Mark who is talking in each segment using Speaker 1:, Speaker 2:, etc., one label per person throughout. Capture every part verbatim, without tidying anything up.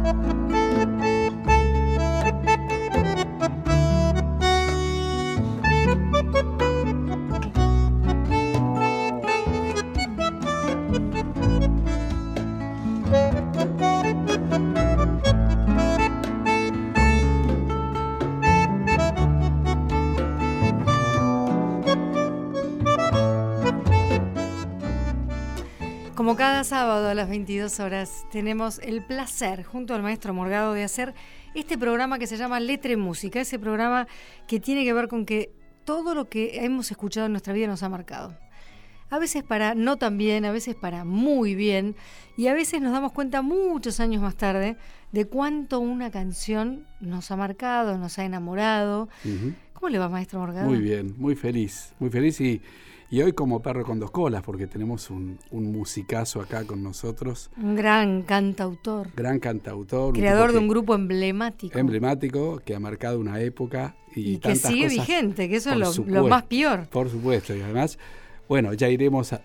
Speaker 1: Como cada sábado a las veintidós horas tenemos el placer, junto al maestro Morgado, de hacer este programa que se llama Letra y Música, ese programa que tiene que ver con que todo lo que hemos escuchado en nuestra vida nos ha marcado. A veces para no tan bien, a veces para muy bien, y a veces nos damos cuenta muchos años más tarde de cuánto una canción nos ha marcado, nos ha enamorado. Uh-huh. ¿Cómo le va, maestro Morgado?
Speaker 2: Muy bien, muy feliz, muy feliz y... Y hoy como perro con dos colas, porque tenemos un, un musicazo acá con nosotros.
Speaker 1: Un gran cantautor.
Speaker 2: Gran cantautor.
Speaker 1: Creador
Speaker 2: un
Speaker 1: de un grupo emblemático.
Speaker 2: Emblemático, que ha marcado una época. Y,
Speaker 1: y que sigue
Speaker 2: cosas,
Speaker 1: vigente, que eso es lo, lo más peor.
Speaker 2: Por supuesto, y además, bueno, ya iremos a,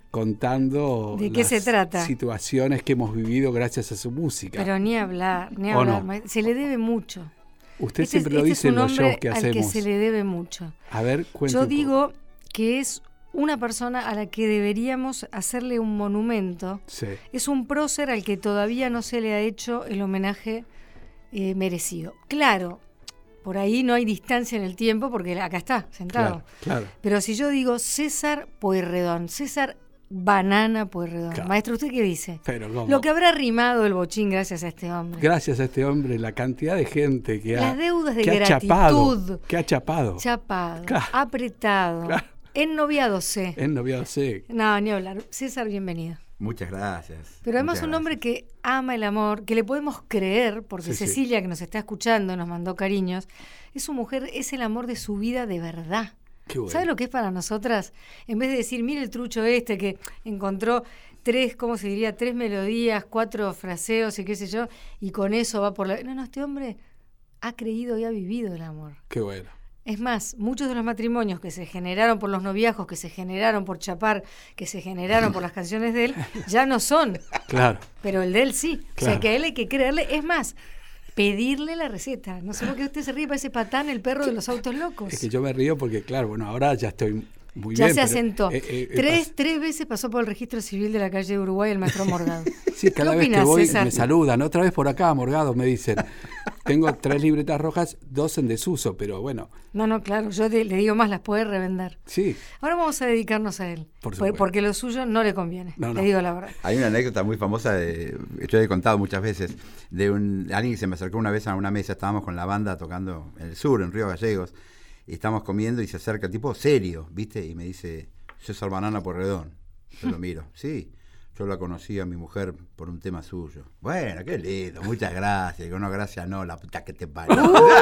Speaker 2: contando
Speaker 1: de qué
Speaker 2: las
Speaker 1: se trata.
Speaker 2: Situaciones que hemos vivido gracias a su música.
Speaker 1: Pero ni hablar, ni hablar. No? Se le debe mucho.
Speaker 2: Usted
Speaker 1: este
Speaker 2: siempre
Speaker 1: es,
Speaker 2: lo
Speaker 1: este
Speaker 2: dice en los shows que
Speaker 1: al
Speaker 2: hacemos.
Speaker 1: Que se le debe mucho.
Speaker 2: A ver, cuéntame.
Speaker 1: Yo digo que es una persona a la que deberíamos hacerle un monumento.
Speaker 2: Sí.
Speaker 1: Es un prócer al que todavía no se le ha hecho el homenaje eh, merecido. Claro, por ahí no hay distancia en el tiempo porque acá está, sentado.
Speaker 2: Claro, claro.
Speaker 1: Pero si yo digo César Pueyrredón, César Banana Pueyrredón, claro. Maestro, ¿usted qué dice?
Speaker 2: Pero ¿cómo?
Speaker 1: Lo que habrá rimado el bochín gracias a este hombre.
Speaker 2: Gracias a este hombre, la cantidad de gente que
Speaker 1: Las
Speaker 2: ha...
Speaker 1: Las deudas de
Speaker 2: que
Speaker 1: gratitud.
Speaker 2: Ha chapado, que ha chapado.
Speaker 1: Chapado,
Speaker 2: claro.
Speaker 1: apretado.
Speaker 2: Claro.
Speaker 1: Ennoviado sé.
Speaker 2: Ennoviado sé.
Speaker 1: No, ni hablar. César, bienvenido.
Speaker 3: Muchas gracias.
Speaker 1: Pero además
Speaker 3: Muchas
Speaker 1: un
Speaker 3: gracias.
Speaker 1: hombre que ama el amor, que le podemos creer, porque
Speaker 2: sí,
Speaker 1: Cecilia,
Speaker 2: sí.
Speaker 1: que nos está escuchando, nos mandó cariños, es su mujer, es el amor de su vida de verdad.
Speaker 2: Qué bueno.
Speaker 1: ¿Sabe lo que es para nosotras? En vez de decir, mire el trucho este que encontró tres, ¿cómo se diría? Tres melodías, cuatro fraseos y qué sé yo, y con eso va por la... No, no, este hombre ha creído y ha vivido el amor.
Speaker 2: Qué bueno.
Speaker 1: Es más, muchos de los matrimonios que se generaron por los noviazgos, que se generaron por chapar, que se generaron por las canciones de él, ya no son.
Speaker 2: Claro.
Speaker 1: Pero el de él sí.
Speaker 2: Claro.
Speaker 1: O sea que a él hay que creerle. Es más, pedirle la receta. No sé por qué usted se ríe, parece Patán, el perro de los autos locos.
Speaker 2: Es que yo me río porque, claro, bueno, ahora ya estoy muy
Speaker 1: ya
Speaker 2: bien.
Speaker 1: Ya
Speaker 2: pero,
Speaker 1: se asentó.
Speaker 2: Eh, eh,
Speaker 1: tres, tres veces pasó por el registro civil de la calle de Uruguay el maestro Morgado.
Speaker 2: Sí, cada vez
Speaker 1: opinás,
Speaker 2: que voy
Speaker 1: César?
Speaker 2: me saludan. Otra vez por acá, Morgado, me dicen. Tengo tres libretas rojas, dos en desuso, pero bueno.
Speaker 1: No, no, claro, yo te, le digo más, las puede revender.
Speaker 2: Sí.
Speaker 1: Ahora vamos a dedicarnos a él,
Speaker 2: por
Speaker 1: por, porque lo suyo no le conviene,
Speaker 2: no, no.
Speaker 1: le digo la verdad.
Speaker 3: Hay una anécdota muy famosa, de, yo he contado muchas veces, de un alguien que se me acercó una vez a una mesa, estábamos con la banda tocando en el sur, en Río Gallegos, y estábamos comiendo y se acerca, tipo serio, ¿viste? Y me dice, César Banana Pueyrredón. Yo lo miro, sí. Yo la conocí a mi mujer por un tema suyo. Bueno, qué lindo, muchas gracias. Digo, no, gracias, no, la puta que te parió.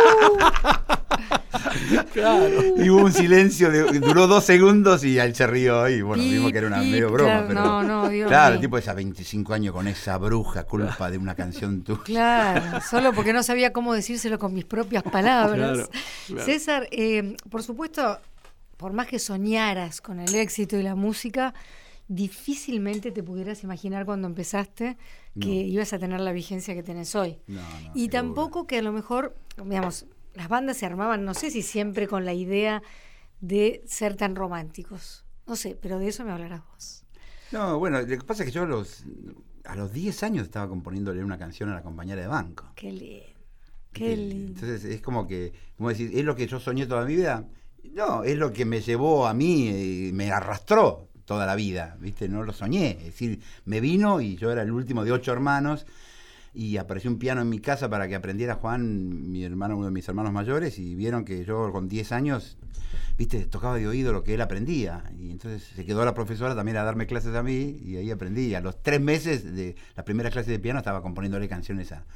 Speaker 2: Claro.
Speaker 3: Y hubo un silencio, de, duró dos segundos y él se rió y bueno,
Speaker 1: Pip,
Speaker 3: vimos que era una
Speaker 1: pip,
Speaker 3: medio broma.
Speaker 1: claro,
Speaker 3: pero,
Speaker 1: no, no, Dios
Speaker 3: claro,
Speaker 1: mío.
Speaker 3: el tipo de esas veinticinco años con esa bruja, culpa de una canción tuya.
Speaker 1: Claro, solo porque no sabía cómo decírselo con mis propias palabras.
Speaker 2: Claro, claro.
Speaker 1: César, eh, por supuesto, por más que soñaras con el éxito y la música, difícilmente te pudieras imaginar cuando empezaste que no. ibas a tener la vigencia que tenés hoy.
Speaker 3: No, no,
Speaker 1: y
Speaker 3: seguro.
Speaker 1: tampoco que a lo mejor, digamos, las bandas se armaban, no sé si siempre con la idea de ser tan románticos. No sé, pero de eso me hablarás vos.
Speaker 3: No, bueno, lo que pasa es que yo a los, a los diez años estaba componiéndole una canción a la compañera de banco.
Speaker 1: Qué lindo, qué lindo.
Speaker 3: Entonces es como que, como decir, ¿es lo que yo soñé toda mi vida? No, es lo que me llevó a mí y me arrastró toda la vida, ¿viste? No lo soñé, es decir, me vino y yo era el último de ocho hermanos y apareció un piano en mi casa para que aprendiera Juan, mi hermano, uno de mis hermanos mayores, y vieron que yo con diez años, ¿viste? Tocaba de oído lo que él aprendía y entonces se quedó la profesora también a darme clases a mí y ahí aprendí. A los tres meses de la primera clase de piano estaba componiéndole canciones a,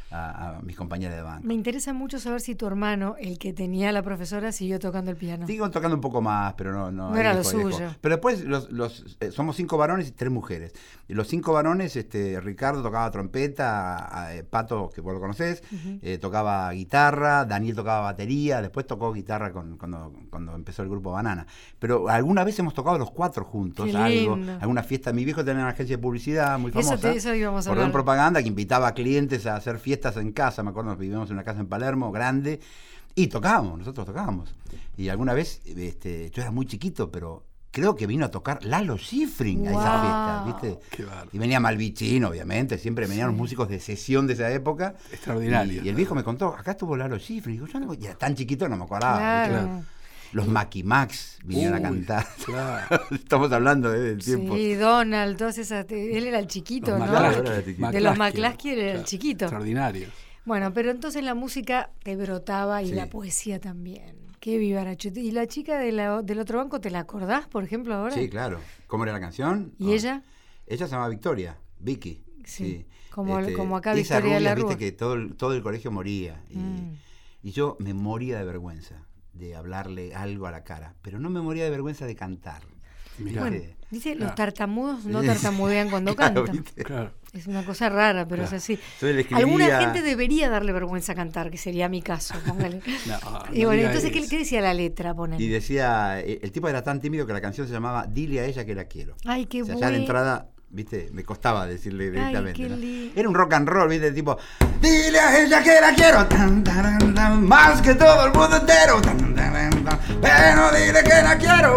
Speaker 3: a, a mis compañeras de banda.
Speaker 1: Me interesa mucho saber si tu hermano, el que tenía la profesora, siguió tocando el piano.
Speaker 3: Sigo tocando un poco más, pero no... No,
Speaker 1: No era lo
Speaker 3: dejó, dejó.
Speaker 1: suyo.
Speaker 3: Pero después los, los, eh, somos cinco varones y tres mujeres. Y los cinco varones, este, Ricardo tocaba trompeta, a, a, Pato, que vos lo conocés, uh-huh. eh, tocaba guitarra, Daniel tocaba batería, después tocó guitarra con, cuando, cuando empezó el grupo Banana. Pero alguna vez hemos tocado los cuatro juntos,
Speaker 1: Qué
Speaker 3: algo,
Speaker 1: lindo.
Speaker 3: alguna fiesta. Mi viejo tenía una agencia de publicidad muy famosa.
Speaker 1: Eso, te, eso íbamos a hablar.
Speaker 3: Cordón Propaganda, que invitaba a clientes a hacer fiestas en casa. Me acuerdo, vivíamos en una casa en Palermo, grande, y tocábamos, nosotros tocábamos. Y alguna vez, este, yo era muy chiquito, pero creo que vino a tocar Lalo Schifrin a
Speaker 1: wow.
Speaker 3: esa fiesta, ¿viste?
Speaker 2: Qué bárbaro.
Speaker 3: Y venía Malvicino, obviamente, siempre venían los sí. músicos de sesión de esa época.
Speaker 2: Extraordinario.
Speaker 3: Y, y el viejo me contó, acá estuvo Lalo Schifrin. Digo, yo no, ya tan chiquito no me acordaba.
Speaker 1: Claro.
Speaker 3: Claro. Los Macky Max vinieron Uy, a cantar.
Speaker 2: Claro.
Speaker 3: Estamos hablando eh, del tiempo.
Speaker 1: Sí, Donald, todas esas. Él era el chiquito,
Speaker 2: los
Speaker 1: ¿no?
Speaker 2: McCluskey.
Speaker 1: De los McCluskey era
Speaker 2: claro.
Speaker 1: el chiquito.
Speaker 2: Extraordinario.
Speaker 1: Bueno, pero entonces la música te brotaba y
Speaker 3: sí.
Speaker 1: la poesía también. Qué vivaracho. ¿Y la chica de la, del otro banco, te la acordás, por ejemplo, ahora?
Speaker 3: Sí, claro. ¿Cómo era la canción?
Speaker 1: ¿Y oh. ella?
Speaker 3: Ella se llamaba Victoria, Vicky.
Speaker 1: Sí,
Speaker 3: sí.
Speaker 1: Como,
Speaker 3: este,
Speaker 1: como acá
Speaker 3: esa
Speaker 1: Victoria
Speaker 3: rubia,
Speaker 1: de la Rúa.
Speaker 3: Viste que todo el, todo el colegio moría. Y,
Speaker 1: mm.
Speaker 3: y yo me moría de vergüenza de hablarle algo a la cara. Pero no me moría de vergüenza de cantar.
Speaker 1: Mirá. Bueno, dice, claro. los tartamudos no tartamudean cuando
Speaker 3: claro,
Speaker 1: cantan.
Speaker 2: Claro.
Speaker 1: Es una cosa rara, pero
Speaker 3: claro.
Speaker 1: es así.
Speaker 3: Escribía...
Speaker 1: Alguna gente debería darle vergüenza a cantar, que sería mi caso, póngale. no, y bueno, entonces, ¿qué, ¿qué decía la letra? Ponele?
Speaker 3: Y decía, el tipo era tan tímido que la canción se llamaba Dile a ella que la quiero.
Speaker 1: Ay, qué
Speaker 3: o sea,
Speaker 1: bueno.
Speaker 3: Ya de entrada, viste, me costaba decirle directamente.
Speaker 1: Ay,
Speaker 3: ¿no?
Speaker 1: li...
Speaker 3: Era un rock and roll, viste, tipo, dile a ella que la quiero, tan, tan, tan, más que todo el mundo entero, tan, tan, tan, pero dile que la quiero,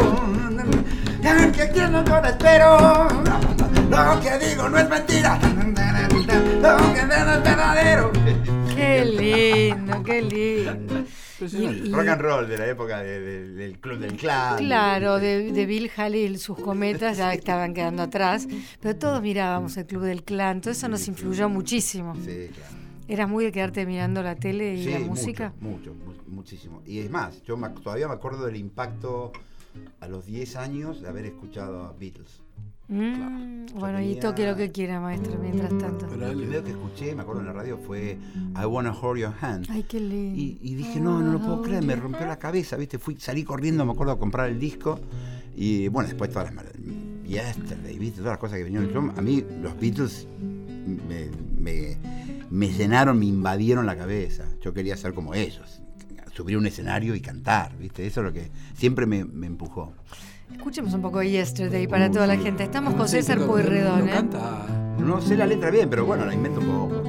Speaker 3: tan, que quiero no la espero, lo que digo no es mentira, tan, tan, tan, lo que veo es verdadero.
Speaker 1: Qué lindo, qué lindo.
Speaker 3: Y, y, rock and roll de la época de, de, del Club del Clan.
Speaker 1: Claro, de, de Bill Haley, sus cometas ya estaban quedando atrás, pero todos mirábamos el Club del Clan, todo eso nos influyó muchísimo.
Speaker 3: Sí, claro.
Speaker 1: ¿Eras muy de quedarte mirando la tele y
Speaker 3: sí,
Speaker 1: la música?
Speaker 3: Mucho, mucho, muchísimo. Y es más, yo me, todavía me acuerdo del impacto a los diez años de haber escuchado a Beatles.
Speaker 1: Mm, claro. Bueno, tenía... y toque lo que quiera, maestro, mientras tanto.
Speaker 3: Pero el primero que escuché, me acuerdo en la radio, fue I Wanna Hold Your Hand.
Speaker 1: Ay, qué lindo.
Speaker 3: Y, y dije, no, no lo puedo creer, me rompió la cabeza, ¿viste? Fui, salí corriendo, me acuerdo, a comprar el disco. Y bueno, después todas las... Yesterday, ¿viste? Todas las cosas que vinieron. Yo, a mí, los Beatles me, me, me llenaron, me invadieron la cabeza. Yo quería ser como ellos. Subir a un escenario y cantar, ¿viste? Eso es lo que siempre me, me empujó.
Speaker 1: Escuchemos un poco de Yesterday para toda la gente. Estamos con César Pueyrredón, ¿eh?
Speaker 3: No sé la letra bien, pero bueno, la invento un poco.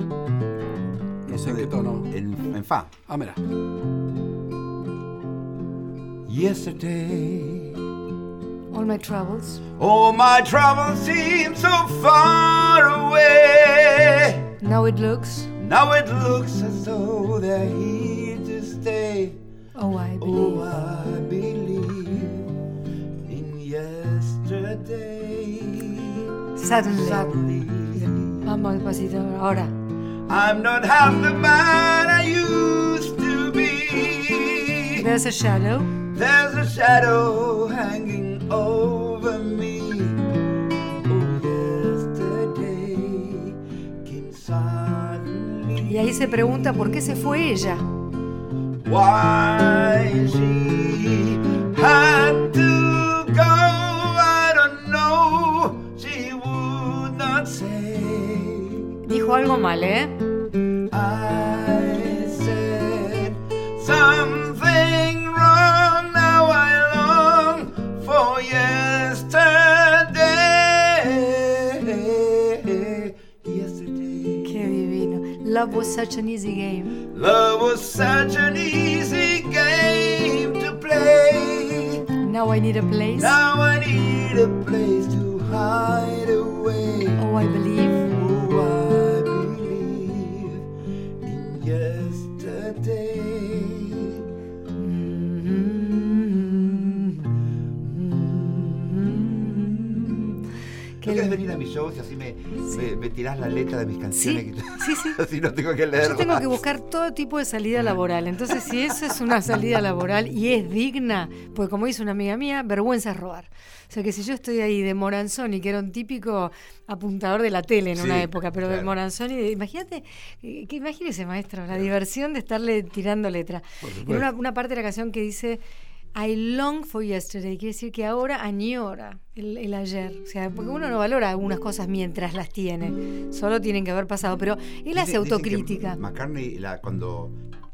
Speaker 2: No sé en qué tono.
Speaker 3: En, en fa.
Speaker 2: Ah, mira.
Speaker 3: Yesterday,
Speaker 1: all my troubles.
Speaker 3: All my troubles seem so far away.
Speaker 1: Now it looks.
Speaker 3: Now it looks as though they're here to stay.
Speaker 1: Oh, I believe.
Speaker 3: Oh, I believe in yesterday.
Speaker 1: Suddenly.
Speaker 3: Suddenly.
Speaker 1: Vamos despacito ahora.
Speaker 3: I'm not half the man I used to be.
Speaker 1: There's a shadow.
Speaker 3: There's a shadow hanging over me. Oh, yesterday came suddenly.
Speaker 1: Y ahí se pregunta por qué se fue ella.
Speaker 3: Why she had to go, I don't know. She would not say.
Speaker 1: Dijo algo mal, ¿eh?
Speaker 3: I said something wrong. Now I long for yesterday. Yesterday.
Speaker 1: Qué divino. Love was such an easy game.
Speaker 3: Love was such an easy game to play.
Speaker 1: Now I need a place.
Speaker 3: Now I need a place to hide away.
Speaker 1: Oh, I believe.
Speaker 3: Oh, I believe in yesterday.
Speaker 1: Mm-hmm.
Speaker 3: ¿Qué querés venir venir a mis shows y así me,
Speaker 1: Sí.
Speaker 3: me, me tirás la letra de mis canciones.
Speaker 1: Sí,
Speaker 3: que yo-
Speaker 1: sí, sí.
Speaker 3: así no tengo que leer.
Speaker 1: Yo tengo
Speaker 3: más.
Speaker 1: que buscar todo tipo de salida laboral. Entonces, si eso es una salida laboral y es digna, pues como dice una amiga mía, vergüenza es robar. O sea que si yo estoy ahí de Moranzoni, que era un típico apuntador de la tele en
Speaker 3: Sí,
Speaker 1: una época, pero de
Speaker 3: claro.
Speaker 1: Moranzoni, de- imagínate, eh, que imagínese, maestro, la diversión de estarle tirando letra.
Speaker 2: Por
Speaker 1: En
Speaker 2: supuesto.
Speaker 1: una, una parte de la canción que dice I long for yesterday, quiere decir que ahora añora el, el ayer. O sea, porque uno no valora algunas cosas mientras las tiene, solo tienen que haber pasado. Pero él
Speaker 3: Dice-
Speaker 1: hace
Speaker 3: dicen que
Speaker 1: autocrítica.
Speaker 3: McCartney, la, cuando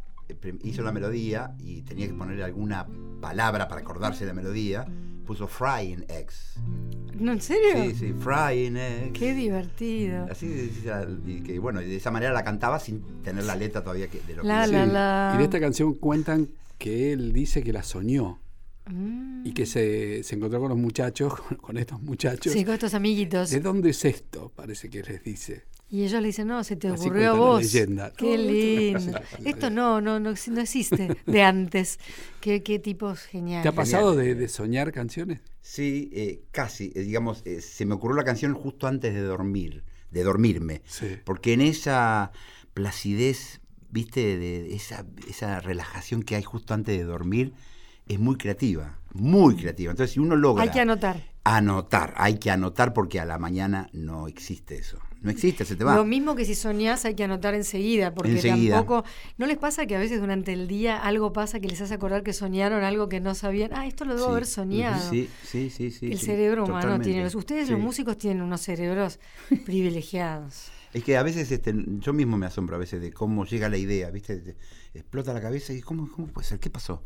Speaker 3: hizo la melodía y tenía que ponerle alguna palabra para acordarse de la melodía, puso frying eggs.
Speaker 1: ¿No, en serio?
Speaker 3: Sí, sí, frying eggs.
Speaker 1: Qué divertido.
Speaker 3: Así decía, y que bueno, de esa manera la cantaba sin tener la letra todavía que, de lo
Speaker 1: La,
Speaker 3: que
Speaker 1: la,
Speaker 3: decía.
Speaker 1: la.
Speaker 2: Y de esta canción cuentan que él dice que la soñó
Speaker 1: Mm.
Speaker 2: y que se, se encontró con los muchachos, con, con estos muchachos.
Speaker 1: Sí, con estos amiguitos.
Speaker 2: ¿De dónde es esto? Parece que les dice.
Speaker 1: Y ellos le dicen, no, se te
Speaker 2: Así
Speaker 1: ocurrió a
Speaker 2: cuenta la
Speaker 1: vos.
Speaker 2: leyenda.
Speaker 1: Qué
Speaker 2: No,
Speaker 1: lindo.
Speaker 2: esto-
Speaker 1: Esto no, no, no, no existe de antes. Qué, qué tipos geniales.
Speaker 2: ¿Te ha pasado de, de soñar canciones?
Speaker 3: Sí, eh, casi, eh, digamos, eh, se me ocurrió la canción justo antes de dormir, de dormirme.
Speaker 2: Sí.
Speaker 3: Porque en esa placidez, viste, de esa, esa relajación que hay justo antes de dormir, es muy creativa, muy creativa. Entonces, si uno logra
Speaker 1: Hay que anotar.
Speaker 3: anotar, hay que anotar porque a la mañana no existe eso. No existe, se te va.
Speaker 1: Lo mismo que si soñás hay que anotar enseguida, porque
Speaker 3: Enseguida.
Speaker 1: tampoco... ¿No les pasa que a veces durante el día algo pasa que les hace acordar que soñaron algo que no sabían? Ah, esto lo debo
Speaker 3: Sí.
Speaker 1: haber soñado.
Speaker 3: Sí, sí, sí, sí.
Speaker 1: El
Speaker 3: sí,
Speaker 1: cerebro humano
Speaker 3: totalmente.
Speaker 1: tiene... los- Ustedes
Speaker 3: Sí.
Speaker 1: los músicos tienen unos cerebros privilegiados.
Speaker 3: Es que a veces este, yo mismo me asombro a veces de cómo llega la idea, ¿viste? Te explota la cabeza y ¿cómo, cómo puede ser? ¿Qué pasó?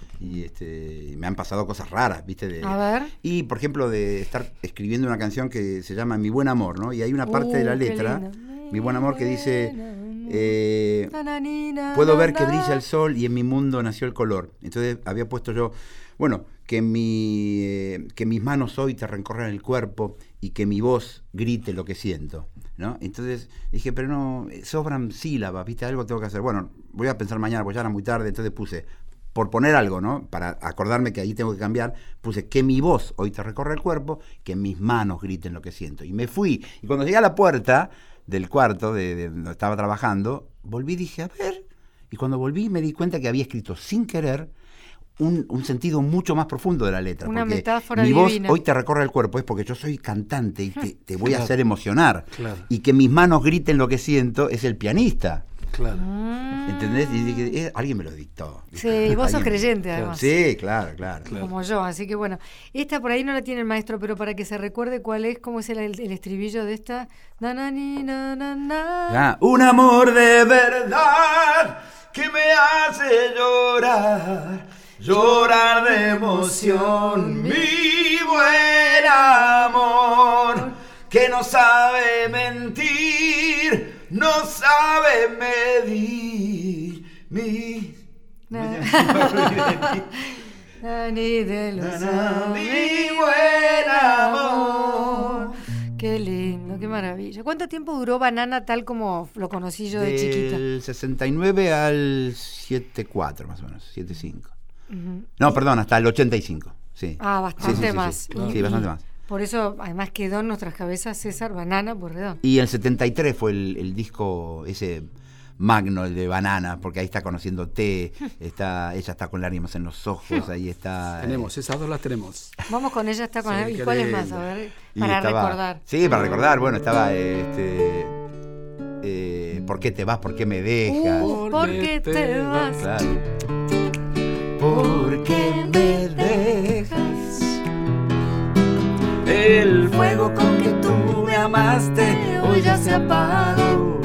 Speaker 3: Y este, me han pasado cosas raras, ¿viste? De,
Speaker 1: A ver.
Speaker 3: Y, por ejemplo, de estar escribiendo una canción que se llama Mi Buen Amor, ¿no? Y hay una parte de la
Speaker 1: Uh, qué
Speaker 3: letra,
Speaker 1: lindo.
Speaker 3: Mi Buen Amor, que dice, eh,
Speaker 1: Na, na, ni, na,
Speaker 3: puedo
Speaker 1: na,
Speaker 3: ver que
Speaker 1: na.
Speaker 3: brilla el sol y en mi mundo nació el color. Entonces había puesto yo, bueno, que, mi, eh, que mis manos hoy te recorran el cuerpo y que mi voz grite lo que siento, ¿no? Entonces dije, pero no, sobran sílabas, ¿viste? Algo tengo que hacer. Bueno, voy a pensar mañana, porque ya era muy tarde, entonces puse, por poner algo, ¿no? Para acordarme que ahí tengo que cambiar, puse que mi voz hoy te recorre el cuerpo, que mis manos griten lo que siento. Y me fui. Y cuando llegué a la puerta del cuarto de, de donde estaba trabajando, volví y dije, a ver. Y cuando volví me di cuenta que había escrito sin querer un, un sentido mucho más profundo de la letra.
Speaker 1: Una
Speaker 3: porque
Speaker 1: metáfora
Speaker 3: mi voz
Speaker 1: divina.
Speaker 3: hoy te recorre el cuerpo, es porque yo soy cantante y te, te voy a
Speaker 2: Claro.
Speaker 3: hacer emocionar.
Speaker 2: Claro.
Speaker 3: Y que mis manos griten lo que siento es el pianista.
Speaker 2: Claro.
Speaker 1: Mm.
Speaker 3: ¿Entendés? Y dije, eh, alguien me lo dictó.
Speaker 1: Sí, y vos sos
Speaker 3: Alguien-
Speaker 1: creyente además.
Speaker 3: Sí, claro, claro.
Speaker 2: Claro.
Speaker 1: Como yo, así que bueno, esta por ahí no la tiene el maestro, pero para que se recuerde cuál es, cómo es el, el estribillo de esta. Na, na, ni, na, na, na.
Speaker 3: Ah, un amor de verdad que me hace llorar, llorar de emoción, mi buen amor, que no sabe mentir, no sabe medir mi...
Speaker 1: Na, ni de los
Speaker 3: Na, na, mi
Speaker 1: hombres,
Speaker 3: buen amor.
Speaker 1: Qué lindo, qué maravilla. ¿Cuánto tiempo duró Banana tal como lo conocí yo de chiquita?
Speaker 3: Del sesenta y nueve al setenta y cuatro más o menos, setenta y cinco.
Speaker 1: Ujú.
Speaker 3: No, perdón, hasta el ochenta y cinco. Sí.
Speaker 1: Ah, bastante
Speaker 3: Sí, sí, sí,
Speaker 1: más.
Speaker 3: Sí,
Speaker 1: Y-
Speaker 3: Sí, bastante más.
Speaker 1: Por eso, además, quedó en nuestras cabezas César Banana Borredón.
Speaker 3: Y el setenta y tres fue el, el disco ese magno, el de Banana, porque ahí está conociéndote, está, ella está con lágrimas en los ojos, ahí está. eh,
Speaker 2: Tenemos, esas dos las tenemos.
Speaker 1: Vamos con ella, está con
Speaker 2: Sí,
Speaker 1: él. ¿Y
Speaker 2: qué
Speaker 1: cuál es
Speaker 2: lindo.
Speaker 1: más? A ver,
Speaker 3: y
Speaker 1: para
Speaker 3: estaba-
Speaker 1: recordar.
Speaker 3: Sí, para recordar, bueno, estaba este. Eh, ¿Por qué te vas? ¿Por qué me dejas?
Speaker 1: Uh, ¿por qué te vas?
Speaker 3: Claro. ¿Por qué me dejas? El fuego con que tú me amaste hoy ya se apagó.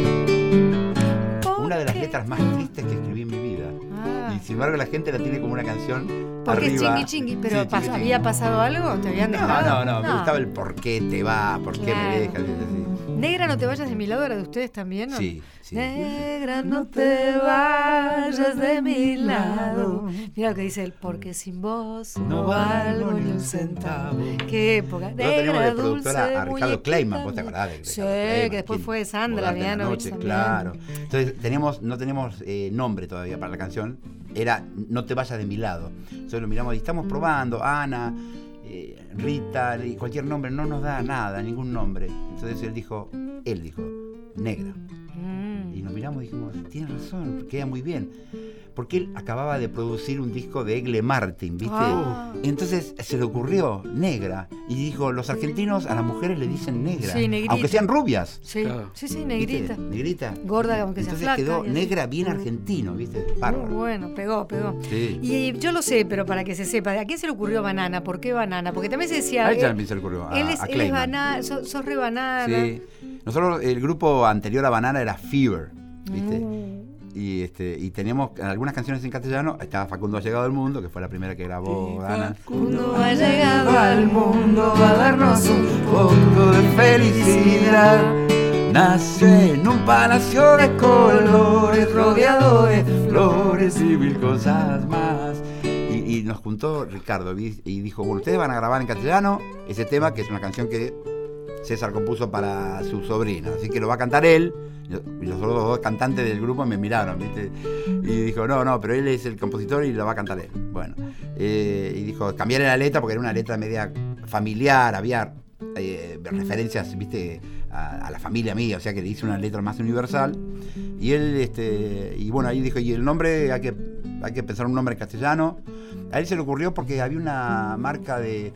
Speaker 3: Una de las letras más tristes que escribí en mi vida.
Speaker 1: Ah.
Speaker 3: Y sin embargo la gente la tiene como una canción
Speaker 1: Porque es
Speaker 3: arriba.
Speaker 1: chingui chingui, pero
Speaker 3: Sí,
Speaker 1: pas-
Speaker 3: chingui,
Speaker 1: ¿había
Speaker 3: chingui.
Speaker 1: pasado algo? ¿Te habían
Speaker 3: No,
Speaker 1: dejado?
Speaker 3: no, no, me gustaba el por qué te va, por qué
Speaker 1: Claro.
Speaker 3: me dejas. y así.
Speaker 1: Negra, no te vayas de mi lado, ¿era de ustedes también? ¿no?
Speaker 3: Sí, sí.
Speaker 1: Negra, no te vayas de mi lado. Mira lo que dice él, porque sin vos no valgo ni un centavo. Qué época.
Speaker 3: Nosotros teníamos de
Speaker 1: Negra,
Speaker 3: productora
Speaker 1: dulce,
Speaker 3: a Ricardo
Speaker 1: muñequita
Speaker 3: Clayman, ¿vos te
Speaker 1: mía.
Speaker 3: acordás de
Speaker 1: Sí,
Speaker 3: Ricardo Clayman?
Speaker 1: que después
Speaker 3: ¿Quién?
Speaker 1: fue Sandra
Speaker 3: Volante en la
Speaker 1: Mianovich
Speaker 3: noche,
Speaker 1: también.
Speaker 3: claro. Entonces teníamos, no tenemos eh, nombre todavía para la canción, era No te vayas de mi lado. Entonces lo miramos y estamos probando, Ana, eh, Rita, cualquier nombre, no nos da nada, ningún nombre. Entonces él dijo, él dijo, Negra. Mm. Y nos miramos y dijimos, tiene razón, queda muy bien. Porque él acababa de producir un disco de Egle Martin, ¿viste?
Speaker 1: Ah.
Speaker 3: Entonces se le ocurrió Negra. Y dijo, los argentinos a las mujeres le dicen negra.
Speaker 1: Sí, negrita.
Speaker 3: Aunque sean rubias.
Speaker 1: Sí,
Speaker 2: Claro.
Speaker 1: sí, sí, negrita.
Speaker 3: ¿Viste? Negrita.
Speaker 1: Gorda, aunque sea
Speaker 3: Entonces
Speaker 1: flaca.
Speaker 3: quedó
Speaker 1: y así.
Speaker 3: Negra bien argentino, ¿viste? Bárbaro.
Speaker 1: Muy bueno, pegó, pegó.
Speaker 3: Sí.
Speaker 1: Y yo lo sé, pero para que se sepa, ¿a quién se le ocurrió Banana? ¿Por qué Banana? Porque también se decía...
Speaker 3: A él
Speaker 1: él-
Speaker 3: también se le ocurrió. A,
Speaker 1: Él es,
Speaker 3: a
Speaker 1: él es
Speaker 3: Clayman.
Speaker 1: banana, sos, sos re banana.
Speaker 3: Sí. Nosotros, el grupo anterior a Banana era Fever, ¿viste?
Speaker 1: Mm.
Speaker 3: Y este y teníamos algunas canciones en castellano. Estaba Facundo ha llegado al mundo, que fue la primera que grabó Dana.
Speaker 1: Facundo ha llegado al mundo a darnos un
Speaker 3: poco de felicidad. Nació en un palacio de colores, rodeado de flores y mil cosas más. Y, y nos juntó Ricardo y, y dijo, bueno, ustedes van a grabar en castellano ese tema, que es una canción que César compuso para su sobrina, así que lo va a cantar él. Y los otros dos cantantes del grupo me miraron, ¿viste? Y dijo, no, no, pero él es el compositor y lo va a cantar él. Bueno, eh, y dijo, cambiarle la letra porque era una letra media familiar, había eh, referencias, ¿viste? A, a la familia mía, o sea que le hice una letra más universal. Y él, este, y bueno, ahí dijo, y el nombre, hay que, hay que pensar un nombre en castellano. A él se le ocurrió porque había una marca de...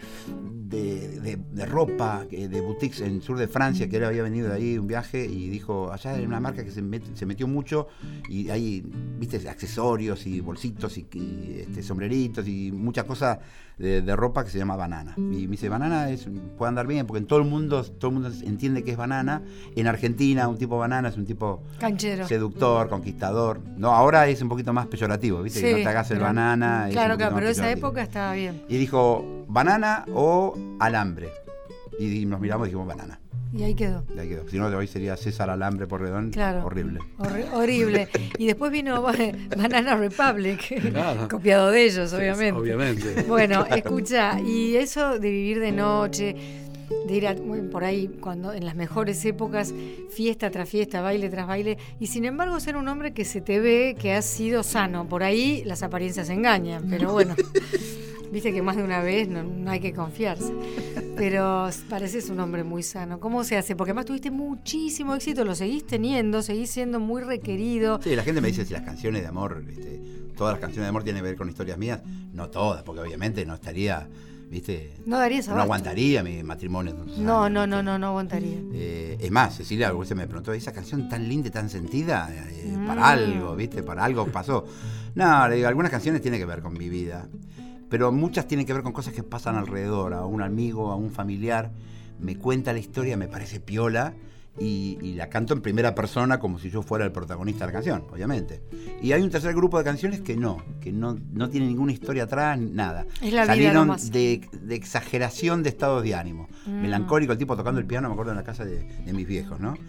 Speaker 3: De, de, de ropa, de boutiques en el sur de Francia, que él había venido de ahí un viaje y dijo, allá hay una marca que se, met, se metió mucho y hay, viste, accesorios y bolsitos y, y este, sombreritos y muchas cosas de, de ropa que se llama Banana. Y me dice, Banana es, puede andar bien, porque en todo el mundo todo el mundo entiende que es banana. En Argentina un tipo banana es un tipo
Speaker 1: canchero,
Speaker 3: seductor, conquistador. No, ahora es un poquito más peyorativo, viste, sí, que no te hagas el
Speaker 1: pero,
Speaker 3: banana.
Speaker 1: Claro, claro, pero esa época estaba bien.
Speaker 3: Y dijo, banana o alambre. Y nos miramos y dijimos banana.
Speaker 1: Y ahí quedó.
Speaker 3: Y ahí quedó. Si no, hoy sería César Alambre Porredón.
Speaker 1: Claro.
Speaker 3: Horrible.
Speaker 1: Horri horrible. Y después vino Banana Republic, claro. Copiado de ellos, obviamente.
Speaker 2: Sí, obviamente.
Speaker 1: Bueno, escucha, y eso de vivir de noche, de ir a, por ahí cuando en las mejores épocas, fiesta tras fiesta, baile tras baile, y sin embargo ser un hombre que se te ve que has sido sano. Por ahí las apariencias engañan, pero bueno. Viste que más de una vez no, no hay que confiarse. Pero pareces un hombre muy sano. ¿Cómo se hace? Porque además tuviste muchísimo éxito, lo seguís teniendo, seguís siendo muy requerido.
Speaker 3: Sí, la gente me dice si las canciones de amor, este, todas las canciones de amor tienen que ver con historias mías. No todas, porque obviamente no estaría, ¿viste?
Speaker 1: No darías abasto.
Speaker 3: No aguantaría mi matrimonio.
Speaker 1: No, años, no, no, no, no aguantaría.
Speaker 3: Eh, es más, Cecilia a veces me preguntó, ¿esa canción tan linda y tan sentida? Eh, mm. Para algo, ¿viste? Para algo pasó. No, le digo, algunas canciones tienen que ver con mi vida. Pero muchas tienen que ver con cosas que pasan alrededor, a un amigo, a un familiar, me cuenta la historia, me parece piola, y, y la canto en primera persona como si yo fuera el protagonista de la canción, obviamente. Y hay un tercer grupo de canciones que no, que no, no tienen ninguna historia atrás, nada.
Speaker 1: Es la
Speaker 3: Salieron
Speaker 1: vida nomás.
Speaker 3: de, de exageración de estados de ánimo. Mm. Melancólico, el tipo tocando el piano, me acuerdo en la casa de, de mis viejos, ¿no?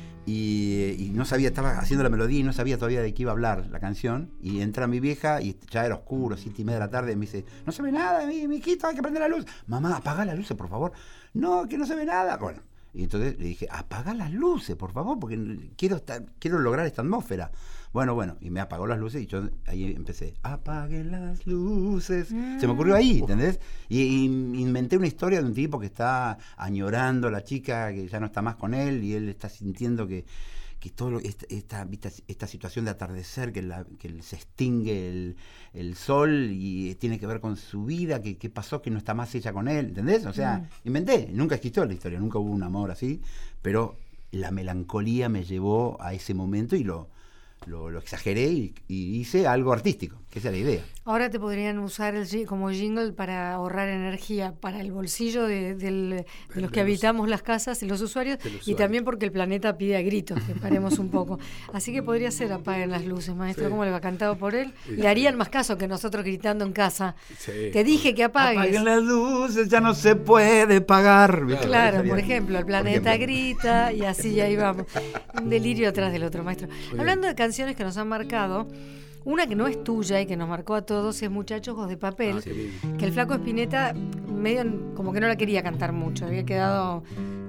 Speaker 3: Y, y no sabía, estaba haciendo la melodía y no sabía todavía de qué iba a hablar la canción. Y entra mi vieja y ya era oscuro, siete y media de la tarde, y me dice, no se ve nada, mi, mi hijito, hay que prender la luz. Mamá, apaga las luces, por favor. No, que no se ve nada. Bueno, y entonces le dije, apaga las luces, por favor, porque quiero estar, quiero lograr esta atmósfera. Bueno, bueno, y me apagó las luces y yo ahí empecé, apaguen las luces. Mm. Se me ocurrió ahí, ¿entendés? Y, y inventé una historia de un tipo que está añorando a la chica, que ya no está más con él, y él está sintiendo que, que todo lo, esta, esta, esta situación de atardecer, que, la, que se extingue el, el sol y tiene que ver con su vida, que, que pasó, que no está más ella con él, ¿entendés? O sea, mm. inventé, nunca existió la historia, nunca hubo un amor así, pero la melancolía me llevó a ese momento y lo... Lo, lo exageré y, y hice algo artístico, que esa es la idea.
Speaker 1: Ahora te podrían usar el, como jingle para ahorrar energía para el bolsillo de, del, de los que habitamos las casas y los usuarios, y también porque el planeta pide a gritos que paremos un poco. Así que podría ser apaguen las luces, maestro, sí. ¿Cómo le va cantado por él? Sí, le harían más caso que nosotros gritando en casa. Sí. Te dije que apagues.
Speaker 3: Apaguen las luces, ya no se puede pagar.
Speaker 1: Claro, claro, por ejemplo, el planeta grita y así ya íbamos. Un delirio atrás del otro, maestro. Muy Hablando bien. de canciones que nos han marcado, una que no es tuya y que nos marcó a todos es Muchachos Ojos de Papel, ah, sí. que el flaco Spinetta medio como que no la quería cantar mucho, había quedado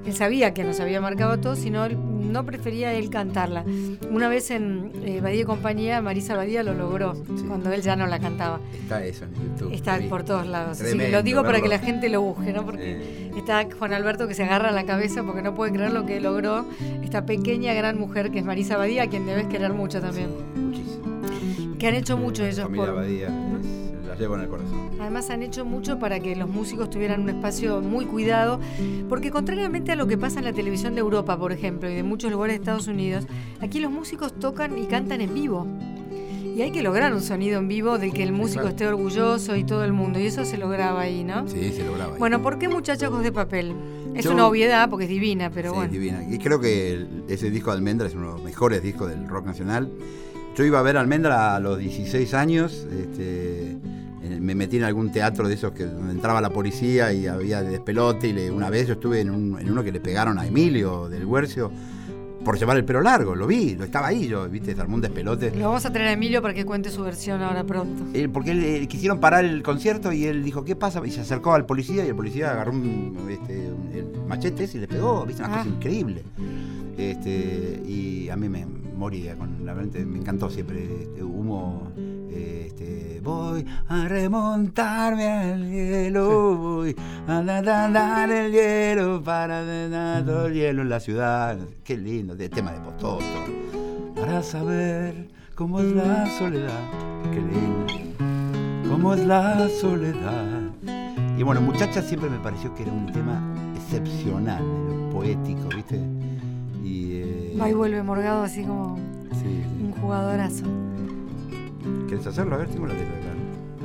Speaker 1: Él sabía que nos había marcado a todos, sino él no prefería él cantarla. Una vez en eh, Badía y Compañía, Marisa Badía lo logró, sí. cuando él ya no la cantaba.
Speaker 3: Está eso en YouTube.
Speaker 1: Está por todos lados.
Speaker 3: Tremendo,
Speaker 1: Así que lo digo
Speaker 3: verlo.
Speaker 1: para que la gente lo busque, ¿no? Porque eh. está Juan Alberto que se agarra la cabeza porque no puede creer lo que logró esta pequeña gran mujer que es Marisa Badía, a quien debes querer mucho también.
Speaker 3: Sí, muchísimo.
Speaker 1: Que han hecho mucho ellos.
Speaker 3: Familia
Speaker 1: por...
Speaker 3: Badía, es, la llevo en el corazón.
Speaker 1: Además han hecho mucho para que los músicos tuvieran un espacio muy cuidado, porque contrariamente a lo que pasa en la televisión de Europa, por ejemplo, y de muchos lugares de Estados Unidos, aquí los músicos tocan y cantan en vivo. Y hay que lograr un sonido en vivo del que el músico claro. esté orgulloso y todo el mundo. Y eso se lograba ahí, ¿no?
Speaker 3: Sí, se lograba ahí.
Speaker 1: Bueno, ¿por qué Muchacha Ojos de Papel? Es
Speaker 3: Yo,
Speaker 1: una obviedad porque es divina, pero
Speaker 3: sí,
Speaker 1: bueno.
Speaker 3: Sí, es divina. Y creo que el, ese disco de Almendra es uno de los mejores discos del rock nacional. Yo iba a ver a Almendra a los dieciséis años, este, me metí en algún teatro de esos que donde entraba la policía y había despelote, y le, una vez yo estuve en, un, en uno que le pegaron a Emilio del Guercio por llevar el pelo largo, lo vi, lo estaba ahí yo, viste, se armó un despelote.
Speaker 1: Lo vamos a traer a Emilio para que cuente su versión ahora pronto.
Speaker 3: Él, porque él, él, quisieron parar el concierto y él dijo, ¿qué pasa? Y se acercó al policía y el policía agarró un, este, un, el machete y le pegó, viste, una ah. cosa increíble. Este, y a mí me moría, con la mente, me encantó siempre este humo. Este, voy a remontarme al hielo, voy a andar el hielo para dar todo el hielo en la ciudad. Qué lindo, de tema de Postoto. Para saber cómo es la soledad, qué lindo, cómo es la soledad. Y bueno, Muchacha siempre me pareció que era un tema excepcional, de lo poético, ¿viste? Y, eh,
Speaker 1: va y vuelve Morgado así como
Speaker 3: sí, sí.
Speaker 1: un jugadorazo.
Speaker 3: ¿Quieres hacerlo? A ver, tengo la letra acá.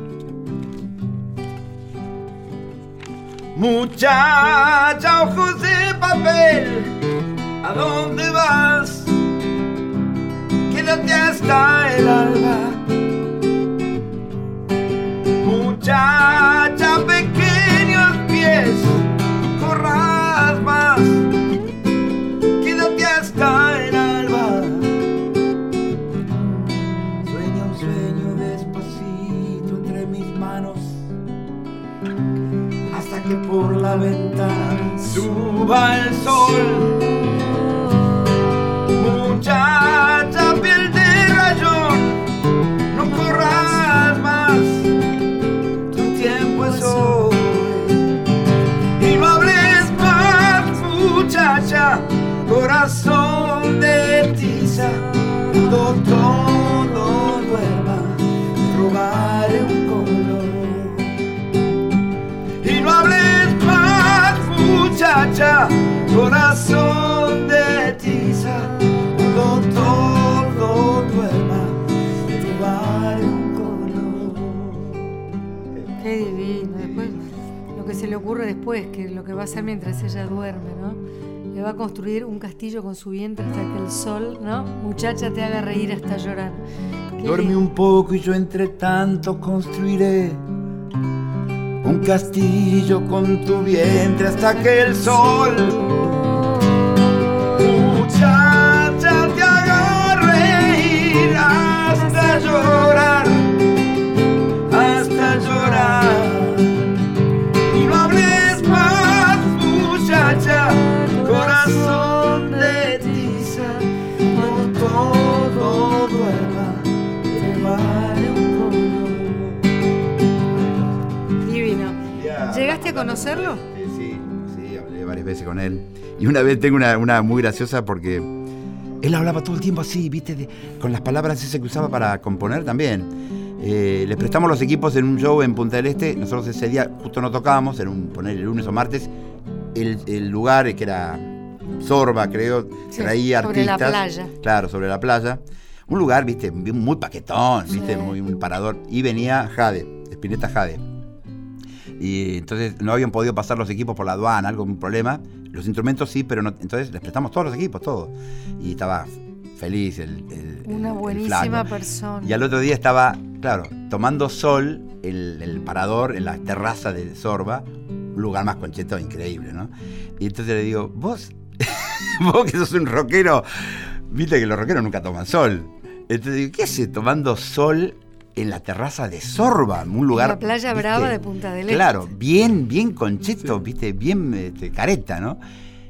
Speaker 3: Muchacha, ojos de papel, ¿a dónde vas? Quédate hasta el alba. Muchacha, pequeños pies, no corras más. Quédate hasta el alba. Sueña un sueño despacito entre mis manos, hasta que por la ventana suba el sol. Muchacha, piel de rayón, no corras más, tu tiempo es hoy. Y no hables más, muchacha, corazón de tiza. Cuando todo duerma, te robaré un color. Y no hables más, muchacha, corazón de tiza. Cuando todo duerma, te robaré un color.
Speaker 1: Qué divino. Después, lo que se le ocurre después, que lo que va a hacer mientras ella duerme, ¿no? Le va a construir un castillo con su vientre hasta que el sol, ¿no? Muchacha, te haga reír hasta llorar. Qué
Speaker 3: Duerme
Speaker 1: lindo.
Speaker 3: un poco y yo entre tanto construiré un castillo con tu vientre hasta que el sol, muchacha, te haga reír hasta llorar, hasta llorar. Y no hables más, muchacha, corazón de tiza. Cuando todo duerma, te vale un color.
Speaker 1: Divino. ¿Llegaste a conocerlo?
Speaker 3: Sí, sí, hablé varias veces con él. Y una vez tengo una, una muy graciosa porque él hablaba todo el tiempo así, ¿viste? De, con las palabras esas que usaba para componer también. Eh, les prestamos los equipos en un show en Punta del Este. Nosotros ese día justo no tocábamos, era un poner el lunes o martes. El, el lugar que era Sorba, creo,
Speaker 1: Sí,
Speaker 3: traía
Speaker 1: sobre
Speaker 3: artistas.
Speaker 1: la playa.
Speaker 3: Claro, sobre la playa. Un lugar, viste, muy paquetón, viste,
Speaker 1: Sí.
Speaker 3: muy un parador. Y venía Jade, Spinetta Jade. Y entonces no habían podido pasar los equipos por la aduana, algún problema. Los instrumentos sí, pero no, entonces les prestamos todos los equipos, todo. Y estaba feliz el, el
Speaker 1: Una
Speaker 3: el- el
Speaker 1: buenísima
Speaker 3: flaco.
Speaker 1: persona.
Speaker 3: Y al otro día estaba, claro, tomando sol el, el parador en la terraza de Sorba, un lugar más concheto increíble, ¿no? Y entonces le digo, vos, vos que sos un rockero, viste que los rockeros nunca toman sol. Entonces digo, ¿qué haces tomando sol en la terraza de Sorba? Un lugar,
Speaker 1: la playa
Speaker 3: ¿viste?
Speaker 1: brava de Punta del Este.
Speaker 3: Claro, bien, bien concheto, viste, bien este, careta, ¿no?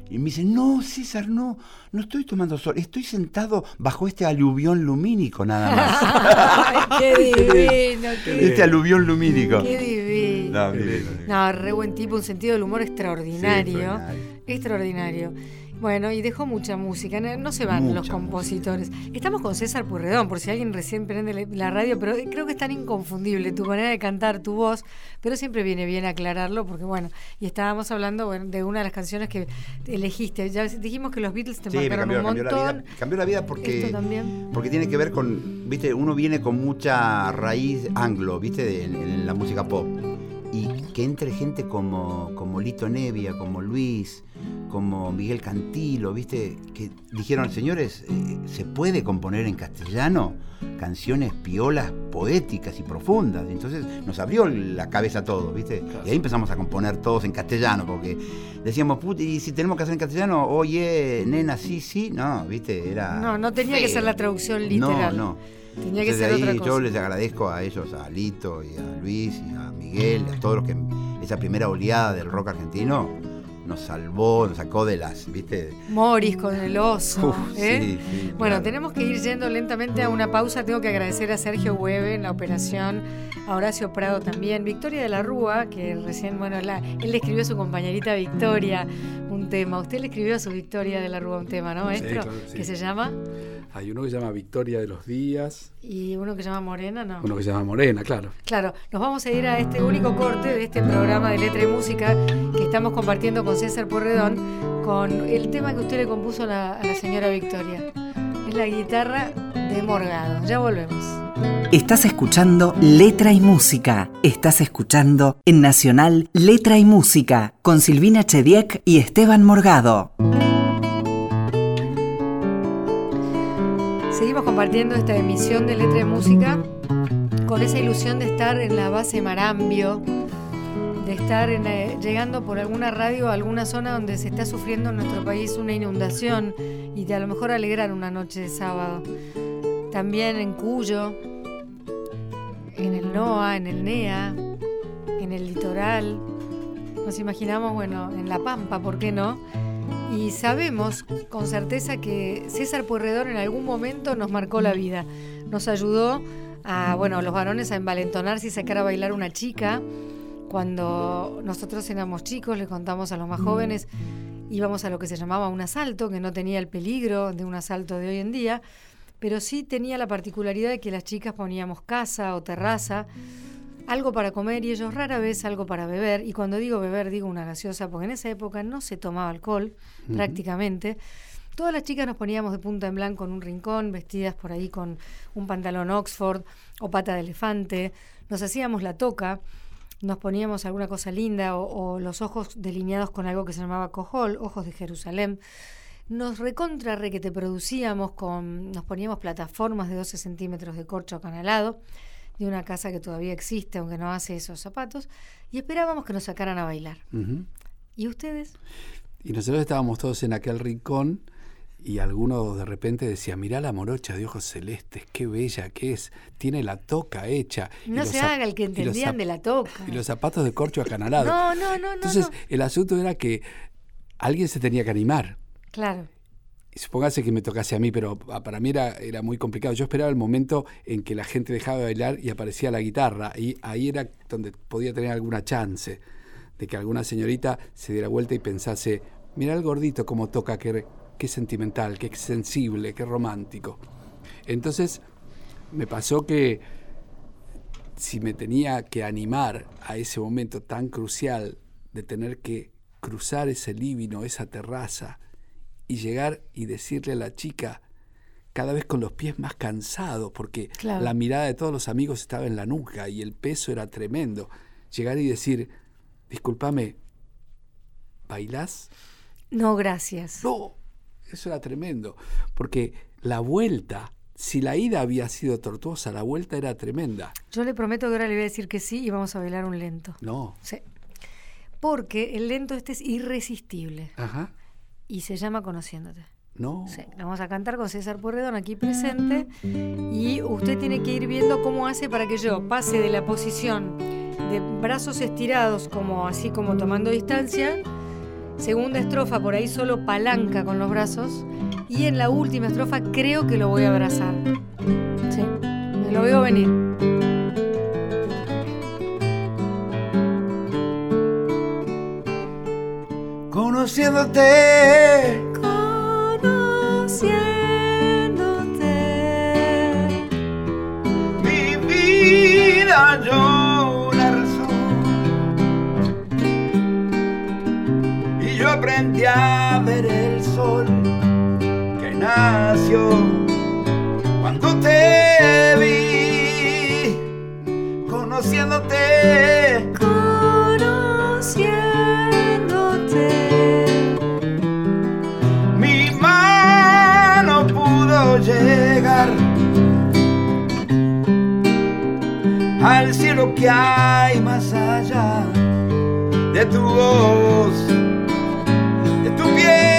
Speaker 3: Y me dice, no, César, no, no estoy tomando sol, estoy sentado bajo este aluvión lumínico nada más.
Speaker 1: Ay, qué divino, qué
Speaker 3: Este aluvión lumínico.
Speaker 1: Qué divino.
Speaker 3: No, divino, divino.
Speaker 1: No, re buen tipo, un sentido del humor extraordinario.
Speaker 3: Sí, extraordinario.
Speaker 1: Extraordinario. Bueno, y dejó mucha música, no, no se van
Speaker 3: Mucha
Speaker 1: los compositores.
Speaker 3: música.
Speaker 1: Estamos con César Purredón, por si alguien recién prende la radio, pero creo que es tan inconfundible tu manera de cantar, tu voz, pero siempre viene bien aclararlo, porque bueno, y estábamos hablando bueno, de una de las canciones que elegiste. Ya dijimos que los Beatles te
Speaker 3: Sí, me
Speaker 1: marcaron
Speaker 3: cambió,
Speaker 1: un
Speaker 3: cambió la
Speaker 1: montón.
Speaker 3: vida. Cambió la vida porque,
Speaker 1: Esto también.
Speaker 3: porque tiene que ver con, viste, uno viene con mucha raíz anglo, viste, de, en, en la música pop. Y que entre gente como, como Lito Nevia, como Luis, como Miguel Cantilo, ¿viste? Que dijeron, señores, eh, ¿se puede componer en castellano canciones piolas, poéticas y profundas? Entonces nos abrió la cabeza a todos, ¿viste? Claro. Y ahí empezamos a componer todos en castellano, porque decíamos, puta, y si tenemos que hacer en castellano, oye, nena, sí, sí, no, ¿viste? Era
Speaker 1: No, no tenía
Speaker 3: feo.
Speaker 1: que ser la traducción literal.
Speaker 3: No, no.
Speaker 1: Tenía que
Speaker 3: Entonces,
Speaker 1: ser
Speaker 3: ahí
Speaker 1: otra cosa.
Speaker 3: yo les agradezco a ellos, a Lito y a Luis y a Miguel, a todos los que esa primera oleada del rock argentino nos salvó, nos sacó de las, ¿viste?
Speaker 1: Morris con el oso.
Speaker 3: Uf,
Speaker 1: ¿eh?
Speaker 3: sí, sí,
Speaker 1: bueno,
Speaker 3: claro.
Speaker 1: tenemos que ir yendo lentamente a una pausa. Tengo que agradecer a Sergio Hueve en la operación, a Horacio Prado también, Victoria de la Rúa, que recién, bueno, la, él le escribió a su compañerita Victoria un tema. Usted le escribió a su Victoria de la Rúa un tema, ¿no, maestro?
Speaker 2: Sí, claro, sí.
Speaker 1: ¿Qué se llama?
Speaker 2: Hay uno que se llama Victoria de los Días.
Speaker 1: Y uno que se llama Morena, ¿no?
Speaker 2: Uno que se llama Morena, claro.
Speaker 1: Claro, nos vamos a ir a este único corte de este programa de Letra y Música que estamos compartiendo con César Purredón, con el tema que usted le compuso a la, a la señora Victoria. Es la guitarra de Morgado. Ya volvemos.
Speaker 4: Estás escuchando Letra y Música. Estás escuchando en Nacional Letra y Música con Silvina Chediek y Esteban Morgado.
Speaker 1: Seguimos compartiendo esta emisión de Letra y Música con esa ilusión de estar en la base Marambio, de estar en, eh, llegando por alguna radio a alguna zona donde se está sufriendo en nuestro país una inundación y de a lo mejor alegrar una noche de sábado. También en Cuyo, en el NOA, en el NEA, en el litoral. Nos imaginamos, bueno, en La Pampa, ¿por qué no? Y sabemos con certeza que César Purredón en algún momento nos marcó la vida. Nos ayudó a, bueno, a los varones a envalentonarse y sacar a bailar una chica. Cuando nosotros éramos chicos, le contamos a los más jóvenes, íbamos a lo que se llamaba un asalto, que no tenía el peligro de un asalto de hoy en día, pero sí tenía la particularidad de que las chicas poníamos casa o terraza, algo para comer y ellos rara vez algo para beber. Y cuando digo beber, digo una gaseosa, porque en esa época no se tomaba alcohol, uh-huh. prácticamente. Todas las chicas nos poníamos de punta en blanco en un rincón, vestidas por ahí con un pantalón Oxford o pata de elefante. Nos hacíamos la toca, nos poníamos alguna cosa linda o, o los ojos delineados con algo que se llamaba cojol, ojos de Jerusalén. Nos recontra re que te producíamos con, nos poníamos plataformas de doce centímetros de corcho acanalado, de una casa que todavía existe, aunque no hace esos zapatos, y esperábamos que nos sacaran a bailar. Uh-huh. ¿Y ustedes?
Speaker 2: Y nosotros estábamos todos en aquel rincón, y alguno de repente decía, mirá la morocha de ojos celestes, qué bella que es, tiene la toca hecha.
Speaker 1: No se haga el que entendían de la toca.
Speaker 2: Y los zapatos de corcho acanalado.
Speaker 1: No, no, no, no.
Speaker 2: Entonces,
Speaker 1: no.
Speaker 2: el asunto era que alguien se tenía que animar.
Speaker 1: Claro.
Speaker 2: Supóngase que me tocase a mí, pero para mí era, era muy complicado. Yo esperaba el momento en que la gente dejaba de bailar y aparecía la guitarra, y ahí era donde podía tener alguna chance de que alguna señorita se diera vuelta y pensase, mira el gordito cómo toca, qué, qué sentimental, qué sensible, qué romántico. Entonces me pasó que si me tenía que animar a ese momento tan crucial de tener que cruzar ese living, esa terraza, y llegar y decirle a la chica, cada vez con los pies más cansados, porque claro. la mirada de todos los amigos estaba en la nuca y el peso era tremendo, llegar y decir, discúlpame, ¿bailás?
Speaker 1: No, gracias.
Speaker 2: No, eso era tremendo, porque la vuelta, si la ida había sido tortuosa, la vuelta era tremenda.
Speaker 1: Yo le prometo que ahora le voy a decir que sí y vamos a bailar un lento.
Speaker 2: No.
Speaker 1: Sí. Porque el lento este es irresistible.
Speaker 2: Ajá.
Speaker 1: Y se llama Conociéndote.
Speaker 2: No.
Speaker 1: Sí, lo vamos a cantar con César Purredón aquí presente. Y usted tiene que ir viendo cómo hace para que yo pase de la posición de brazos estirados, como así como tomando distancia, segunda estrofa por ahí solo palanca con los brazos, y en la última estrofa creo que lo voy a abrazar. Sí, me lo veo venir.
Speaker 3: Conociéndote,
Speaker 1: Conociéndote,
Speaker 3: mi vida yo la razón, y yo aprendí a ver el sol que nació cuando te vi, conociéndote,
Speaker 1: conociéndote.
Speaker 3: Mi mano pudo llegar al cielo que hay más allá de tu voz, de tu piel.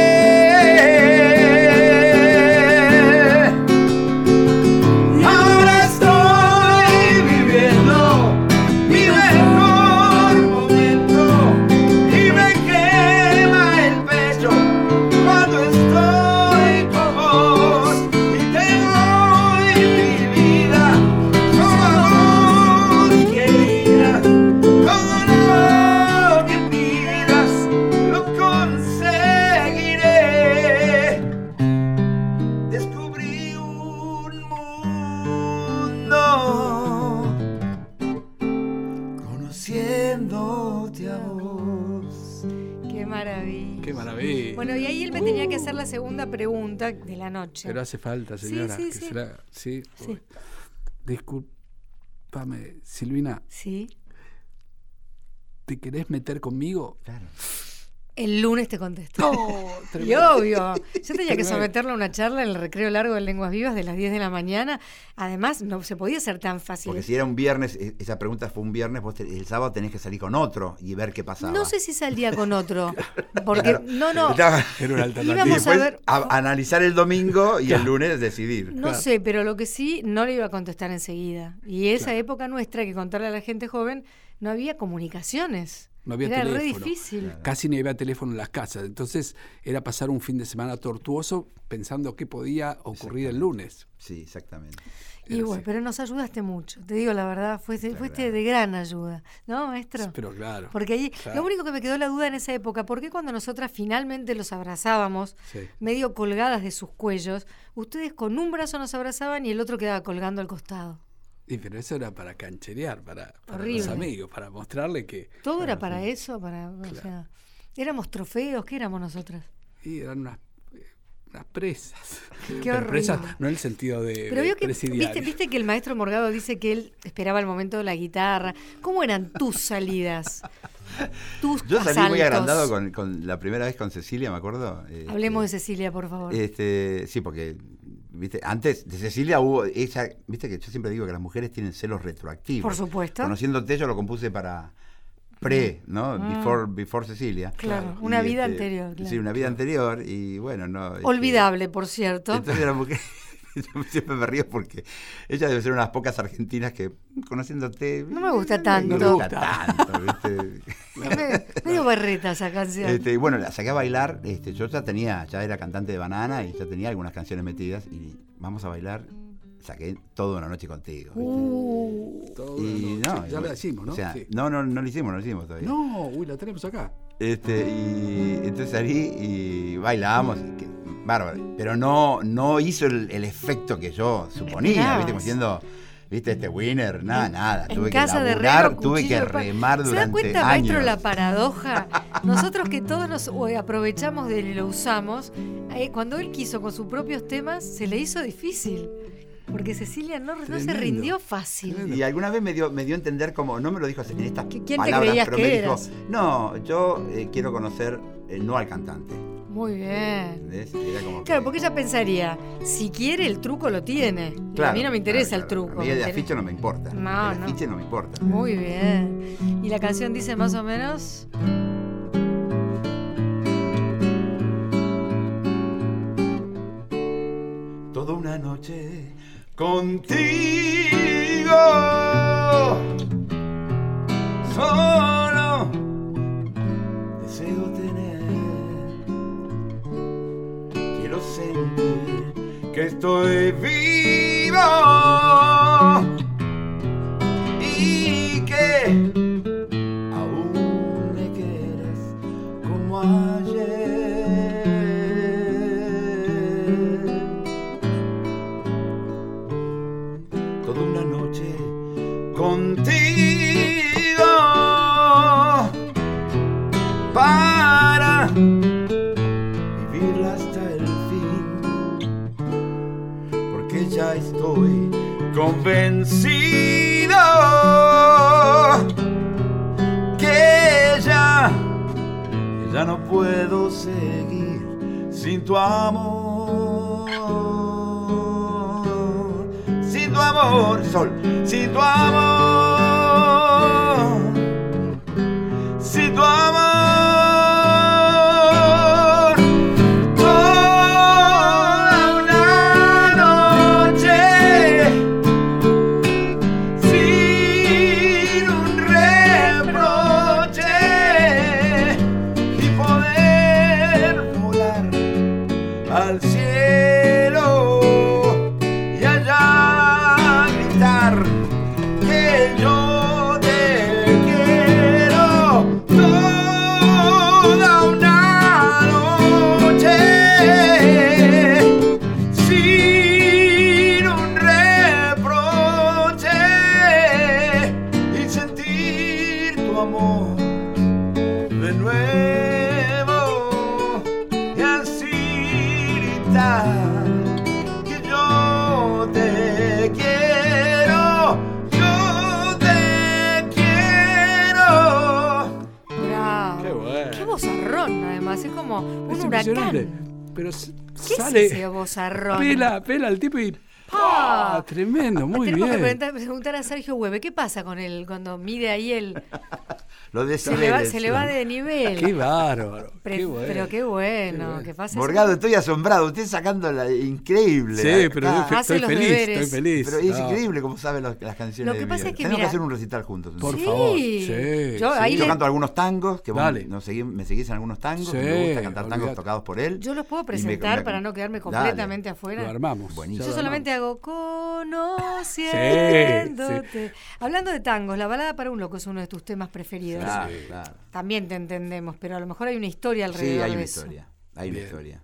Speaker 3: Ahora estoy viviendo mi mejor momento y me quema el pecho cuando estoy con vos y te doy mi vida, solo a vos querida, todo lo que pidas lo conseguiré. Descubrí un mundo conociéndote a vos.
Speaker 1: Qué maravilla.
Speaker 2: Qué maravilla.
Speaker 1: Bueno, y ahí él me tenía que hacer la segunda pregunta de la noche.
Speaker 2: Pero hace falta,
Speaker 1: Sí,
Speaker 2: señora.
Speaker 1: sí,
Speaker 2: que
Speaker 1: sí.
Speaker 2: se la- sí.
Speaker 1: Sí.
Speaker 2: Uy. Discúlpame, Silvina,
Speaker 1: Sí.
Speaker 2: ¿te querés meter conmigo?
Speaker 3: Claro.
Speaker 1: El lunes te contesto.
Speaker 2: No,
Speaker 1: Y
Speaker 2: tremendo.
Speaker 1: obvio, yo tenía que
Speaker 2: Tremendo.
Speaker 1: someterlo a una charla en el recreo largo de Lenguas Vivas de las diez de la mañana. Además, no se podía ser tan fácil.
Speaker 3: Porque si era un viernes, e- esa pregunta fue un viernes, vos te- el sábado tenés que salir con otro y ver qué pasaba.
Speaker 1: No sé si saldría con otro. Porque,
Speaker 3: Claro.
Speaker 1: no, no.
Speaker 3: Estaba-
Speaker 2: Era una
Speaker 3: y
Speaker 2: alternativa.
Speaker 1: Íbamos a
Speaker 3: después
Speaker 1: ver-
Speaker 3: a- analizar el domingo y el lunes decidir.
Speaker 1: No
Speaker 2: Claro.
Speaker 1: sé, pero lo que sí, no le iba a contestar enseguida. Y esa
Speaker 2: Claro.
Speaker 1: época nuestra, hay que contarle a la gente joven, no había comunicaciones.
Speaker 2: No había
Speaker 1: Era re
Speaker 2: teléfono.
Speaker 1: difícil.
Speaker 2: Casi ni había teléfono en las casas. Entonces era pasar un fin de semana tortuoso pensando qué podía ocurrir el lunes.
Speaker 3: Sí, exactamente.
Speaker 1: Y
Speaker 2: Era
Speaker 1: bueno,
Speaker 2: así.
Speaker 1: pero nos ayudaste mucho. Te digo la verdad, fuiste,
Speaker 3: Claro,
Speaker 1: fuiste
Speaker 3: claro.
Speaker 1: de gran ayuda. ¿No, maestro?
Speaker 2: Pero claro.
Speaker 1: Porque ahí,
Speaker 2: Claro.
Speaker 1: lo único que me quedó la duda en esa época, ¿por qué cuando nosotras finalmente los abrazábamos,
Speaker 2: Sí.
Speaker 1: medio colgadas de sus cuellos, ustedes con un brazo nos abrazaban y el otro quedaba colgando al costado?
Speaker 2: Y pero eso era para cancherear, para, para
Speaker 1: Horrible.
Speaker 2: los amigos, para mostrarle que
Speaker 1: Todo era para eso, para, o
Speaker 2: Claro.
Speaker 1: sea, éramos trofeos, ¿qué éramos nosotras?
Speaker 2: y eran unas, eh, unas presas.
Speaker 1: Qué
Speaker 2: Pero
Speaker 1: horrible.
Speaker 2: presas no en el sentido de,
Speaker 1: Pero
Speaker 2: de
Speaker 1: vio que,
Speaker 2: presidiario.
Speaker 1: viste, viste que el maestro Morgado dice que él esperaba el momento de la guitarra. ¿Cómo eran tus salidas? Tus
Speaker 3: Yo salí muy
Speaker 1: asaltos?
Speaker 3: agrandado con, con la primera vez con Cecilia, me acuerdo. Este,
Speaker 1: Hablemos de Cecilia, por favor.
Speaker 3: Este, sí, porque viste, antes de Cecilia hubo esa, viste que yo siempre digo que las mujeres tienen celos retroactivos.
Speaker 1: Por supuesto.
Speaker 3: Conociéndote, yo lo compuse para pre, ¿no?
Speaker 1: Mm.
Speaker 3: Before, before Cecilia.
Speaker 1: Claro,
Speaker 3: Y,
Speaker 1: una vida
Speaker 3: este,
Speaker 1: anterior, claro.
Speaker 3: Sí, una vida anterior y bueno, no. este,
Speaker 1: Olvidable, por cierto.
Speaker 3: Entonces la mujer, yo siempre me río porque ella debe ser una de las pocas argentinas que conociéndote.
Speaker 1: No me gusta
Speaker 3: No
Speaker 1: tanto.
Speaker 3: me gusta tanto, ¿viste?
Speaker 1: Me- medio berreta esa canción.
Speaker 3: Este, y bueno, la saqué a bailar, este, yo ya tenía, ya era cantante de Banana y ya tenía algunas canciones metidas y vamos a bailar, saqué toda una noche contigo. ¿viste?
Speaker 1: Uh,
Speaker 2: Todo,
Speaker 3: Y
Speaker 2: no,
Speaker 3: no,
Speaker 2: ya
Speaker 3: y
Speaker 2: lo
Speaker 3: bueno,
Speaker 2: decimos, ¿no?
Speaker 3: O sea,
Speaker 2: Sí.
Speaker 3: no, no, no lo hicimos, no lo hicimos todavía.
Speaker 2: No, uy, la tenemos acá.
Speaker 3: Este, y entonces salí y bailamos, y que- bárbaro. Pero no, no hizo el, el efecto que yo suponía,
Speaker 1: Esperabas.
Speaker 3: ¿viste? Como diciendo, ¿viste? Este winner, nada, nada.
Speaker 1: en
Speaker 3: Tuve
Speaker 1: casa
Speaker 3: que
Speaker 1: de
Speaker 3: laburar,
Speaker 1: Reno,
Speaker 3: tuve que
Speaker 1: cuchillo, pa-
Speaker 3: remar
Speaker 1: ¿Se da
Speaker 3: durante
Speaker 1: cuenta,
Speaker 3: años.
Speaker 1: maestro, la paradoja? Nosotros que todos nos eh, aprovechamos de él y lo usamos, eh, cuando él quiso con sus propios temas, se le hizo difícil. Porque Cecilia no, no se
Speaker 2: Tremendo.
Speaker 1: rindió fácil.
Speaker 2: Tremendo.
Speaker 3: Y alguna vez me dio, me dio a entender como, no me lo dijo en estas
Speaker 1: ¿Qui- quién te
Speaker 3: palabras,
Speaker 1: creías
Speaker 3: pero
Speaker 1: que
Speaker 3: me dijo,
Speaker 1: eras?
Speaker 3: no, yo eh, quiero conocer eh, no al cantante.
Speaker 1: Muy bien.
Speaker 3: ¿Entendés? Era como que-
Speaker 1: Claro, porque ella pensaría, si quiere el truco lo tiene. Y a
Speaker 3: Claro,
Speaker 1: mí no me interesa
Speaker 3: claro,
Speaker 1: el
Speaker 3: claro.
Speaker 1: truco.
Speaker 3: A mí
Speaker 1: me
Speaker 3: el
Speaker 1: interesa-
Speaker 3: afiche no me importa.
Speaker 1: No,
Speaker 3: el
Speaker 1: no.
Speaker 3: afiche no me importa.
Speaker 1: Muy bien. Y la canción dice más o menos...
Speaker 3: Toda una noche contigo, solo deseo tener sentir que estoy vivo y que aún me quieres como ayer. Toda una noche contigo para vivirla hasta el fin, porque ya estoy convencido que ya, que ya no puedo seguir sin tu amor, sin tu amor, sol, sin tu amor, sin tu amor. Al cielo y allá gritar que yo te quiero toda una noche sin un reproche y sentir tu amor de nuevo y así que yo te quiero, yo te quiero.
Speaker 1: Bravo.
Speaker 2: Qué bueno.
Speaker 1: Qué vozarrón, además. Es como un
Speaker 2: Es
Speaker 1: huracán.
Speaker 2: impresionante. Pero
Speaker 1: ¿Qué
Speaker 2: sale,
Speaker 1: es ese vozarrón?
Speaker 2: pela, pela al tipo y
Speaker 1: ¡pah!
Speaker 2: ¡ah! Tremendo, muy
Speaker 1: Tenemos
Speaker 2: bien.
Speaker 1: que preguntar, preguntar a Sergio Hueve, ¿qué pasa con él cuando mide ahí el...
Speaker 3: Los
Speaker 1: Se le, va,
Speaker 3: decibeles.
Speaker 1: se le va de nivel.
Speaker 2: Qué bárbaro.
Speaker 1: Pre-
Speaker 2: Qué bueno.
Speaker 1: Pero qué bueno,
Speaker 2: Qué bueno.
Speaker 1: que pase
Speaker 3: Morgado,
Speaker 1: eso.
Speaker 3: estoy asombrado. Usted sacando la increíble.
Speaker 2: Sí,
Speaker 3: acá.
Speaker 2: pero yo fe-
Speaker 1: Hace
Speaker 2: estoy
Speaker 1: los
Speaker 2: feliz,
Speaker 1: deberes.
Speaker 2: estoy feliz.
Speaker 3: Pero es
Speaker 2: No.
Speaker 3: increíble cómo sabe los- las canciones.
Speaker 1: Lo que
Speaker 3: de
Speaker 1: pasa
Speaker 3: Miguel.
Speaker 1: es que,
Speaker 3: Tenemos
Speaker 1: mira-
Speaker 3: que hacer un recital juntos.
Speaker 2: Por
Speaker 1: Sí.
Speaker 2: favor. Sí,
Speaker 1: Yo
Speaker 2: sí.
Speaker 1: ahí
Speaker 3: Yo
Speaker 1: le-
Speaker 3: canto algunos tangos, que vos
Speaker 1: Dale.
Speaker 3: nos seguí- me seguís en algunos tangos,
Speaker 2: Sí,
Speaker 3: que me gusta cantar tangos
Speaker 2: olvidate.
Speaker 3: tocados por él.
Speaker 1: Yo los puedo
Speaker 3: Y me-
Speaker 1: presentar
Speaker 3: me-
Speaker 1: para no quedarme
Speaker 3: Dale.
Speaker 1: completamente afuera.
Speaker 2: Lo armamos.
Speaker 3: Buenísimo.
Speaker 1: Yo
Speaker 2: Ya lo
Speaker 1: solamente
Speaker 2: armamos.
Speaker 1: hago conociéndote.
Speaker 2: Sí,
Speaker 1: Hablando de tangos, la balada para un loco es uno de tus temas preferidos.
Speaker 3: Claro, claro.
Speaker 1: También te entendemos, pero a lo mejor hay una historia alrededor
Speaker 3: Sí, hay
Speaker 1: de
Speaker 3: una
Speaker 1: eso.
Speaker 3: historia. Hay
Speaker 2: Bien.
Speaker 3: una historia.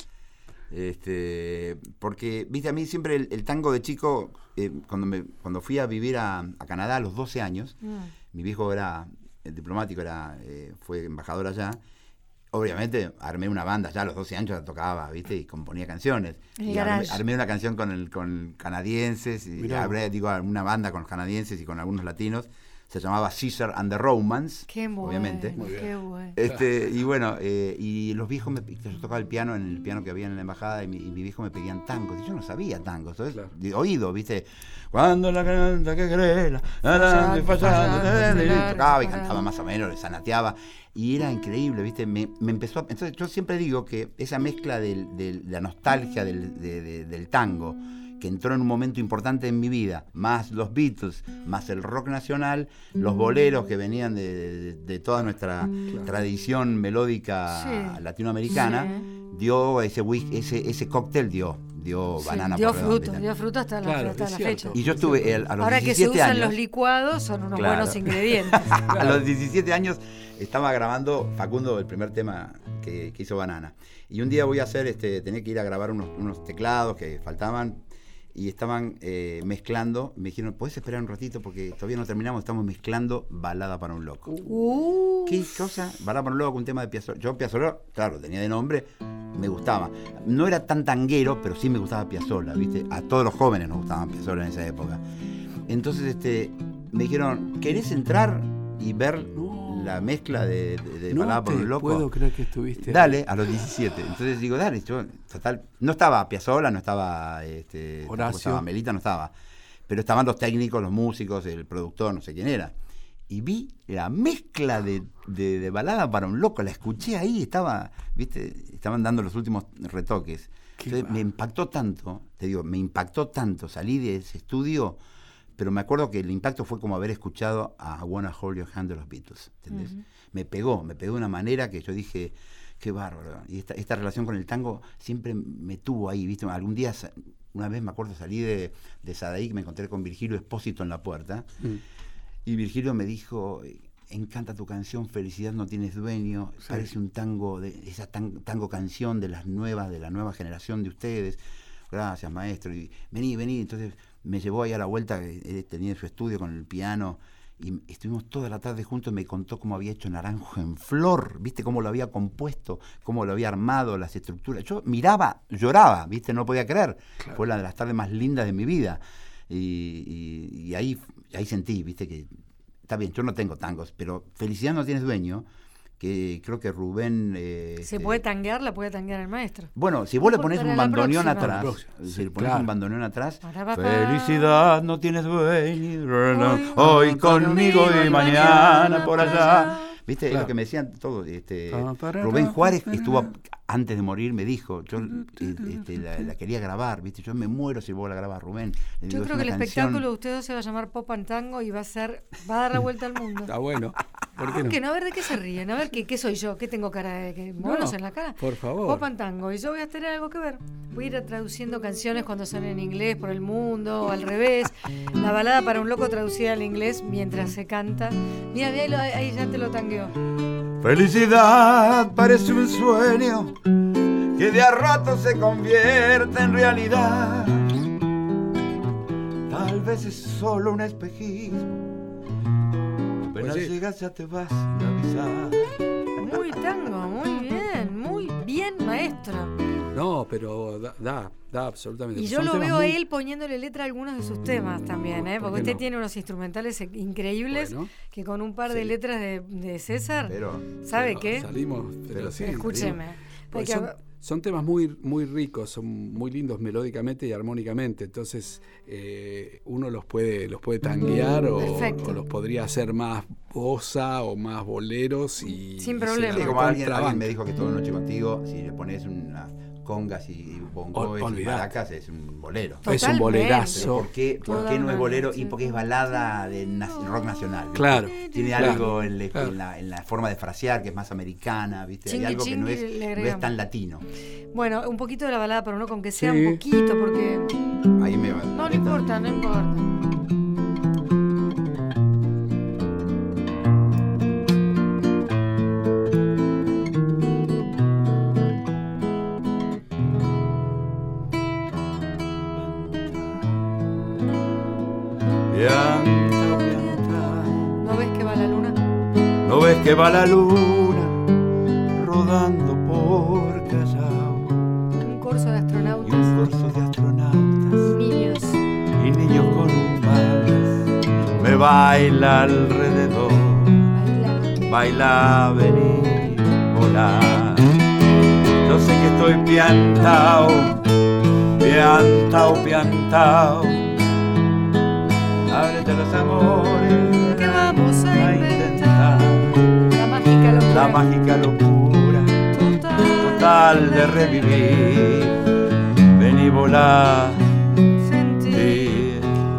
Speaker 3: Este, porque, viste, a mí siempre el, el tango de chico, eh, cuando me cuando fui a vivir a, a Canadá a los doce años,
Speaker 1: Mm.
Speaker 3: mi viejo era el diplomático, era eh, fue embajador allá. Obviamente armé una banda, ya a los doce años ya tocaba, ¿viste? Y componía canciones.
Speaker 1: En el
Speaker 3: Y armé,
Speaker 1: garage.
Speaker 3: armé una canción con el con canadienses, y
Speaker 2: Mirá.
Speaker 3: armé, digo, una banda con los canadienses y con algunos latinos. Se llamaba Caesar and the Romans,
Speaker 1: Qué bueno,
Speaker 3: obviamente.
Speaker 2: Muy bien.
Speaker 1: qué bueno.
Speaker 3: Este, y bueno, eh, y los viejos, me, yo tocaba el piano en el piano que había en la embajada y mi, y mi viejo me pedían tangos, y yo no sabía tangos, entonces,
Speaker 2: Claro.
Speaker 3: de oído, ¿viste? Cuando la canta que crela, la- la-
Speaker 1: Fallando,
Speaker 3: tocaba y
Speaker 1: fallando.
Speaker 3: cantaba más o menos, le sanateaba, y era increíble, ¿viste? Me, me empezó a- entonces yo siempre digo que esa mezcla del- del- de la nostalgia del, de- de- del tango, que entró en un momento importante en mi vida, más los Beatles, más el rock nacional, los boleros que venían de, de- de toda nuestra tradición melódica
Speaker 1: Sí.
Speaker 3: latinoamericana,
Speaker 1: Sí.
Speaker 3: dio ese, whis- ese ese cóctel dio dio
Speaker 1: Sí,
Speaker 3: banana
Speaker 1: dio
Speaker 3: por redonda,
Speaker 1: fruto,
Speaker 3: ¿viste?
Speaker 1: dio fruto hasta la,
Speaker 2: Claro,
Speaker 1: hasta
Speaker 2: es
Speaker 1: la
Speaker 2: cierto.
Speaker 1: fecha.
Speaker 3: Y yo estuve el- a los
Speaker 1: Ahora que se
Speaker 3: diecisiete
Speaker 1: usan
Speaker 3: años,
Speaker 1: los licuados, son unos
Speaker 3: Claro.
Speaker 1: buenos ingredientes.
Speaker 3: a los diecisiete años estaba grabando Facundo el primer tema que, que hizo Banana. Y un día voy a hacer, este, tenía que ir a grabar unos, unos teclados que faltaban y estaban eh, mezclando. Me dijeron, ¿podés esperar un ratito? Porque todavía no terminamos, estamos mezclando Balada para un Loco.
Speaker 1: Uh,
Speaker 3: ¿Qué cosa? Balada para un Loco, un tema de Piazzolla. Yo Piazzolla, claro, tenía de nombre, me gustaba. No era tan tanguero, pero sí me gustaba Piazzolla, ¿viste? A todos los jóvenes nos gustaban Piazzolla en esa época. Entonces este, me dijeron, ¿querés entrar y ver
Speaker 2: No.
Speaker 3: la mezcla de, de, de
Speaker 2: No
Speaker 3: Balada para
Speaker 2: te
Speaker 3: un Loco?
Speaker 2: puedo creer que estuviste ahí.
Speaker 3: Dale, a los diecisiete. Entonces digo, dale, yo, total, no estaba Piazzolla, no estaba este, tampoco
Speaker 2: Horacio.
Speaker 3: estaba Melita, no estaba. Pero estaban los técnicos, los músicos, el productor, no sé quién era. Y vi la mezcla de, de, de Balada para un Loco, la escuché ahí, estaba, viste, estaban dando los últimos retoques.
Speaker 2: Qué
Speaker 3: Entonces,
Speaker 2: va.
Speaker 3: me impactó tanto, te digo, me impactó tanto, salí de ese estudio, pero me acuerdo que el impacto fue como haber escuchado a I Wanna Hold Your Hand de los Beatles, ¿entendés? Me pegó, me pegó de una manera que yo dije, qué bárbaro. Y esta, esta relación con el tango siempre me tuvo ahí, ¿viste? Algún día, una vez me acuerdo, salí de, de Sadaik, me encontré con Virgilio Espósito en la puerta, mm. y Virgilio me dijo, encanta tu canción, Felicidad no tienes dueño, sí. Parece un tango, de esa tan, tango canción de las nuevas, de la nueva generación de ustedes. Gracias, maestro. Y vení, vení. Entonces me llevó ahí a la vuelta, él tenía su estudio con el piano, y estuvimos toda la tarde juntos. Me contó cómo había hecho Naranjo en Flor, viste, cómo lo había compuesto, cómo lo había armado, las estructuras. Yo miraba, lloraba, viste, no podía creer. Claro. Fue una de las tardes más lindas de mi vida. Y, y, y ahí, ahí sentí, viste, que está bien, yo no tengo tangos, pero Felicidad no tienes dueño, que creo que Rubén... Eh,
Speaker 1: ¿Se puede tanguear? La puede tanguear el maestro.
Speaker 3: Bueno, si vos le pones un bandoneón atrás, si le pones claro. un bandoneón atrás, Felicidad no tienes dueño, hoy, hoy conmigo y mañana por allá. ¿Viste? Claro. Es lo que me decían todos. Este, Rubén Juárez estuvo, antes de morir, me dijo, yo este, la, la quería grabar, ¿viste? Yo me muero si vos la grabas, Rubén. Le
Speaker 1: yo
Speaker 3: digo,
Speaker 1: creo que el canción... espectáculo de ustedes se va a llamar Pop and Tango y va a ser, va a dar la vuelta al mundo.
Speaker 2: Está bueno. ¿Por qué no?
Speaker 1: ¿Por qué no? A ver, ¿de qué se ríen? A ver, ¿qué, qué soy yo? ¿Qué tengo cara de que monos no, en la cara?
Speaker 2: Por favor.
Speaker 1: Pop and Tango. Y yo voy a tener algo que ver. Voy a ir a traduciendo canciones cuando salen en inglés por el mundo, o al revés. La balada para un loco traducida al inglés mientras se canta. Mira, ahí, lo, ahí ya te lo tangueó.
Speaker 3: Felicidad parece un sueño que de a rato se convierte en realidad. Tal vez es solo un espejismo. Apenas pues sí. llegas ya te vas a avisar.
Speaker 1: Muy tango, muy bien, muy bien, maestro.
Speaker 2: No, pero da, da, da absolutamente.
Speaker 1: Y yo
Speaker 2: Son
Speaker 1: lo veo
Speaker 2: muy...
Speaker 1: a él poniéndole letra a algunos de sus temas también, ¿eh? Porque usted no? tiene unos instrumentales increíbles bueno, que con un par sí. de letras de, de César,
Speaker 3: pero,
Speaker 1: ¿sabe
Speaker 2: pero
Speaker 1: qué?
Speaker 2: Salimos, pero sí.
Speaker 1: Escúcheme.
Speaker 2: Pues son, son temas muy, muy ricos, son muy lindos melódicamente y armónicamente, entonces eh, uno los puede, los puede tanguear o, o los podría hacer más bossa o más boleros y
Speaker 1: sin problema.
Speaker 3: Sí, como alguien, alguien me dijo que toda noche contigo, si le pones una congas y bongos y maracas, es un bolero.
Speaker 2: Totalmente. Es un bolerazo.
Speaker 3: ¿Por qué, por qué no es bolero? Y porque es balada de rock nacional. ¿viste?
Speaker 2: Claro.
Speaker 3: Tiene
Speaker 2: claro,
Speaker 3: algo en, le,
Speaker 2: claro.
Speaker 3: en, la, en la forma de frasear que es más americana, ¿viste?
Speaker 1: Chingui,
Speaker 3: hay algo que no es, no es tan latino.
Speaker 1: Bueno, un poquito de la balada, pero no con que sea sí. un poquito, porque...
Speaker 3: Ahí me va.
Speaker 1: No, no importa, no importa. ¿No ves que va la luna?
Speaker 3: ¿No ves que va la luna rodando por Callao?
Speaker 1: Un corso de astronautas.
Speaker 3: Y un corso de astronautas.
Speaker 1: Y niños.
Speaker 3: Y niños con un vals. Me baila alrededor.
Speaker 1: Baila.
Speaker 3: Baila, vení, volar. Yo sé que estoy piantao, piantao, piantao. Ábrete los amores
Speaker 1: que vamos a,
Speaker 3: a intentar.
Speaker 1: La mágica locura,
Speaker 3: la mágica locura
Speaker 1: total,
Speaker 3: total de revivir. Ven y volar, sentir.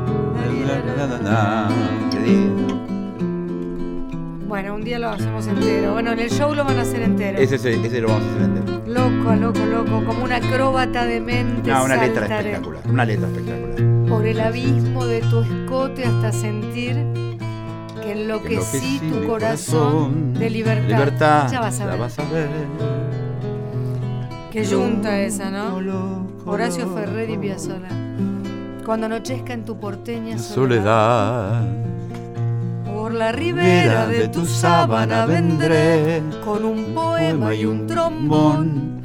Speaker 1: Bueno, un día lo hacemos entero. Bueno, en el show lo van a hacer entero.
Speaker 3: Ese, ese, ese lo vamos a hacer entero.
Speaker 1: Loco, loco, loco, como un acróbata de mente.
Speaker 3: No, una
Speaker 1: saltaré.
Speaker 3: letra espectacular, una letra espectacular.
Speaker 1: Por el abismo de tu escote hasta sentir que enloquecí tu corazón, corazón de libertad.
Speaker 3: libertad.
Speaker 1: Ya vas a ver.
Speaker 3: Vas a ver.
Speaker 1: Qué yunta esa, ¿no? Horacio Ferrer y Piazzolla. Cuando anochezca en tu porteña
Speaker 3: soledad, soledad.
Speaker 1: Por la ribera de tu sábana vendré con un poema y un trombón.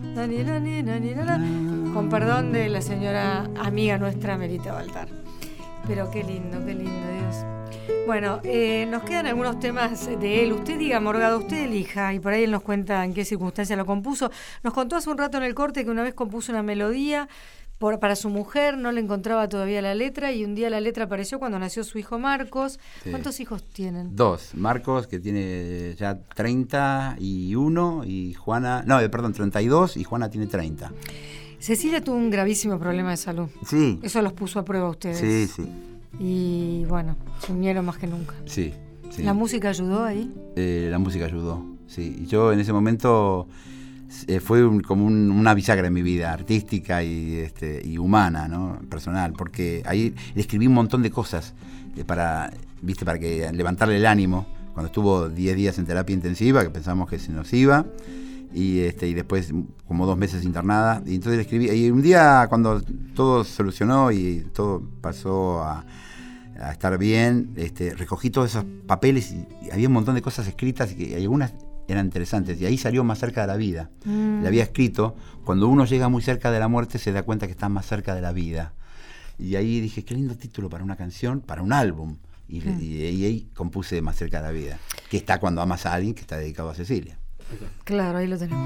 Speaker 1: Con perdón de la señora amiga nuestra Melita Baltar. Pero qué lindo, qué lindo, Dios. Bueno, eh, nos quedan algunos temas de él. Usted diga, Morgado, usted elija, y por ahí él nos cuenta en qué circunstancia lo compuso. Nos contó hace un rato en el corte que una vez compuso una melodía por, para su mujer, no le encontraba todavía la letra, y un día la letra apareció cuando nació su hijo Marcos. Sí. ¿Cuántos hijos tienen?
Speaker 3: Dos. Marcos, que tiene ya treinta y uno, y Juana, no, perdón, treinta y dos, y Juana tiene treinta.
Speaker 1: Cecilia tuvo un gravísimo problema de salud.
Speaker 3: Sí.
Speaker 1: Eso los puso a prueba a ustedes.
Speaker 3: Sí, sí.
Speaker 1: Y bueno, se unieron más que nunca.
Speaker 3: Sí, sí.
Speaker 1: ¿La música ayudó ahí?
Speaker 3: Eh, la música ayudó, sí. Y yo en ese momento eh, fue un, como un, una bisagra en mi vida artística y, este, y humana, ¿no? Personal, porque ahí le escribí un montón de cosas eh, para, ¿viste? Para que levantarle el ánimo cuando estuvo diez días en terapia intensiva, que pensamos que se nos iba. Y, este, y después como dos meses internada, y entonces le escribí, y un día cuando todo se solucionó y todo pasó a, a estar bien, este, recogí todos esos papeles y, y había un montón de cosas escritas y, que, y algunas eran interesantes, y ahí salió Más cerca de la vida. Mm. Le había escrito, cuando uno llega muy cerca de la muerte se da cuenta que está más cerca de la vida, y ahí dije, qué lindo título para una canción, para un álbum, y, mm. y, y ahí compuse Más cerca de la vida, que está Cuando amas a alguien, que está dedicado a Cecilia.
Speaker 1: Claro, ahí lo tenemos.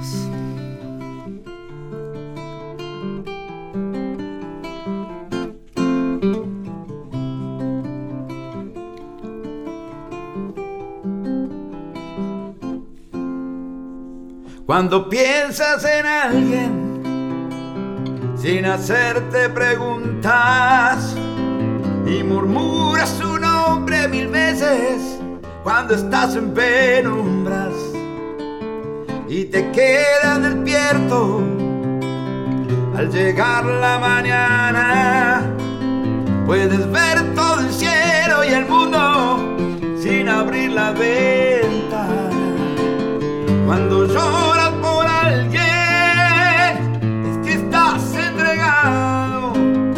Speaker 3: Cuando piensas en alguien sin hacerte preguntas y murmuras su nombre mil veces cuando estás en penumbras y te quedas despierto al llegar la mañana, puedes ver todo el cielo y el mundo sin abrir la ventana. Cuando lloras por alguien es que estás entregado,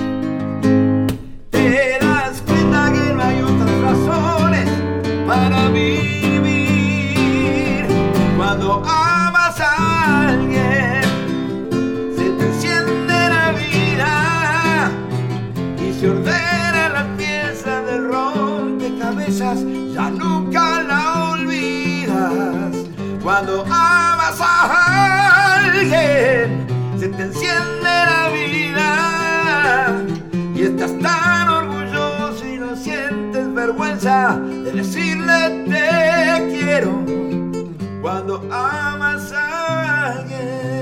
Speaker 3: te das cuenta que no hay otras razones para vivir. Cuando amas a alguien se te enciende la vida y se ordena la pieza del rompecabezas, ya nunca la olvidas. Cuando amas a alguien se te enciende la vida y estás tan orgulloso y no sientes vergüenza de decirle te quiero. Cuando amas a alguien.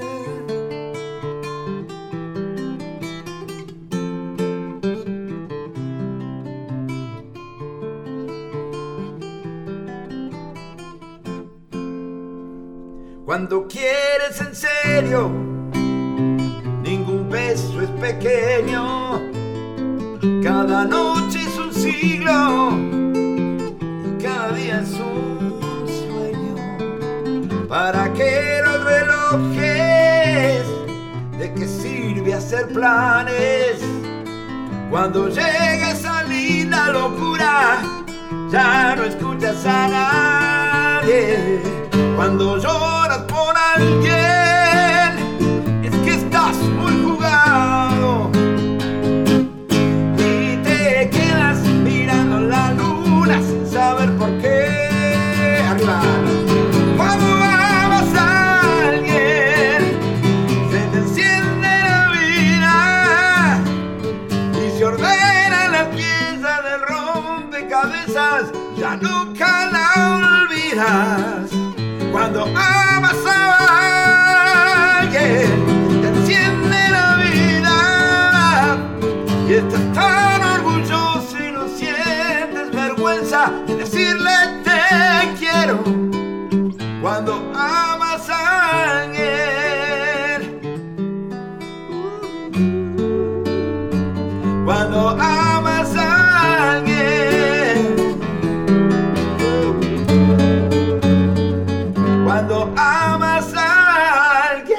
Speaker 3: Cuando quieres en serio, ningún beso es pequeño. Cada noche es un siglo y cada día es un sueño. ¿Para qué los relojes? ¿De qué sirve hacer planes? Cuando llega esa linda locura, ya no escuchas a nadie. Cuando lloras por alguien es que estás muy jugado y te quedas mirando la luna sin saber por qué. Arriba. Cuando amas a alguien se te enciende la vida y se ordena las piezas del rompecabezas, ya nunca la olvidas. Cuando amas a alguien, te enciende la vida y estás tan orgulloso y no sientes vergüenza de decirle te quiero. Cuando amas a alguien, cuando amas a alguien. Cuando amas a alguien.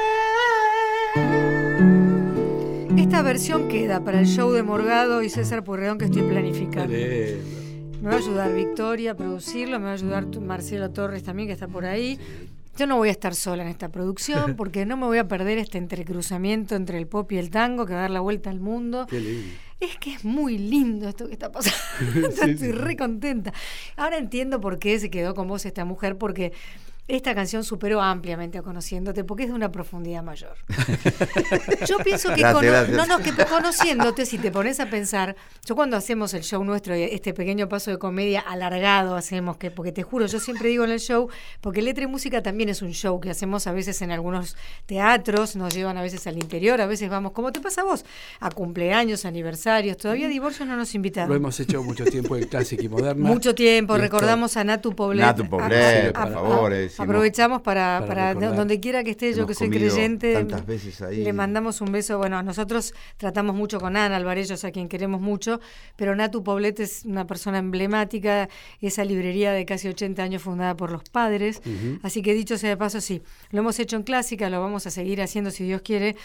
Speaker 1: Esta versión queda para el show de Morgado y César Pueyrredón que estoy planificando. Me va a ayudar Victoria a producirlo, me va a ayudar Marcelo Torres también, que está por ahí. Yo no voy a estar sola en esta producción porque no me voy a perder este entrecruzamiento entre el pop y el tango que va a dar la vuelta al mundo.
Speaker 2: Qué lindo.
Speaker 1: Es que es muy lindo esto que está pasando.
Speaker 2: Sí,
Speaker 1: Estoy
Speaker 2: sí.
Speaker 1: re contenta. Ahora entiendo por qué se quedó con vos esta mujer, porque esta canción superó ampliamente a Conociéndote, porque es de una profundidad mayor. Yo pienso que,
Speaker 3: Gracias,
Speaker 1: cono-
Speaker 3: gracias.
Speaker 1: No, no, que Conociéndote, si te pones a pensar, yo cuando hacemos el show nuestro, este pequeño paso de comedia alargado hacemos, que porque te juro, yo siempre digo en el show, porque Letra y Música también es un show que hacemos a veces en algunos teatros, nos llevan a veces al interior, a veces vamos, como te pasa a vos, a cumpleaños, aniversarios, todavía divorcios no nos invitaron.
Speaker 2: Lo hemos hecho mucho tiempo en Clásica y Moderna.
Speaker 1: Mucho tiempo,
Speaker 2: Y esto-
Speaker 1: recordamos a Natu Poblet.
Speaker 3: Natu
Speaker 1: a-
Speaker 3: Poblet,
Speaker 1: a-
Speaker 3: por
Speaker 1: a-
Speaker 3: favor, es
Speaker 1: aprovechamos para,
Speaker 2: para
Speaker 1: para donde quiera que esté, yo
Speaker 3: Hemos
Speaker 1: que soy
Speaker 3: comido
Speaker 1: creyente,
Speaker 3: tantas veces ahí.
Speaker 1: le mandamos un beso. Bueno, nosotros tratamos mucho con Ana Alvarellos, a quien queremos mucho, pero Natu Poblet es una persona emblemática, esa librería de casi ochenta años fundada por los padres, uh-huh. Así que dicho sea de paso, sí, lo hemos hecho en Clásica, lo vamos a seguir haciendo si Dios quiere.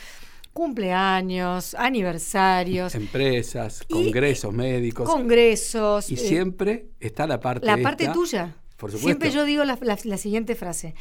Speaker 1: Cumpleaños, aniversarios,
Speaker 2: empresas, congresos médicos,
Speaker 1: congresos,
Speaker 2: y eh, siempre está la parte
Speaker 1: la
Speaker 2: esta,
Speaker 1: parte tuya.
Speaker 2: Por supuesto.
Speaker 1: Siempre yo digo la, la, la siguiente frase: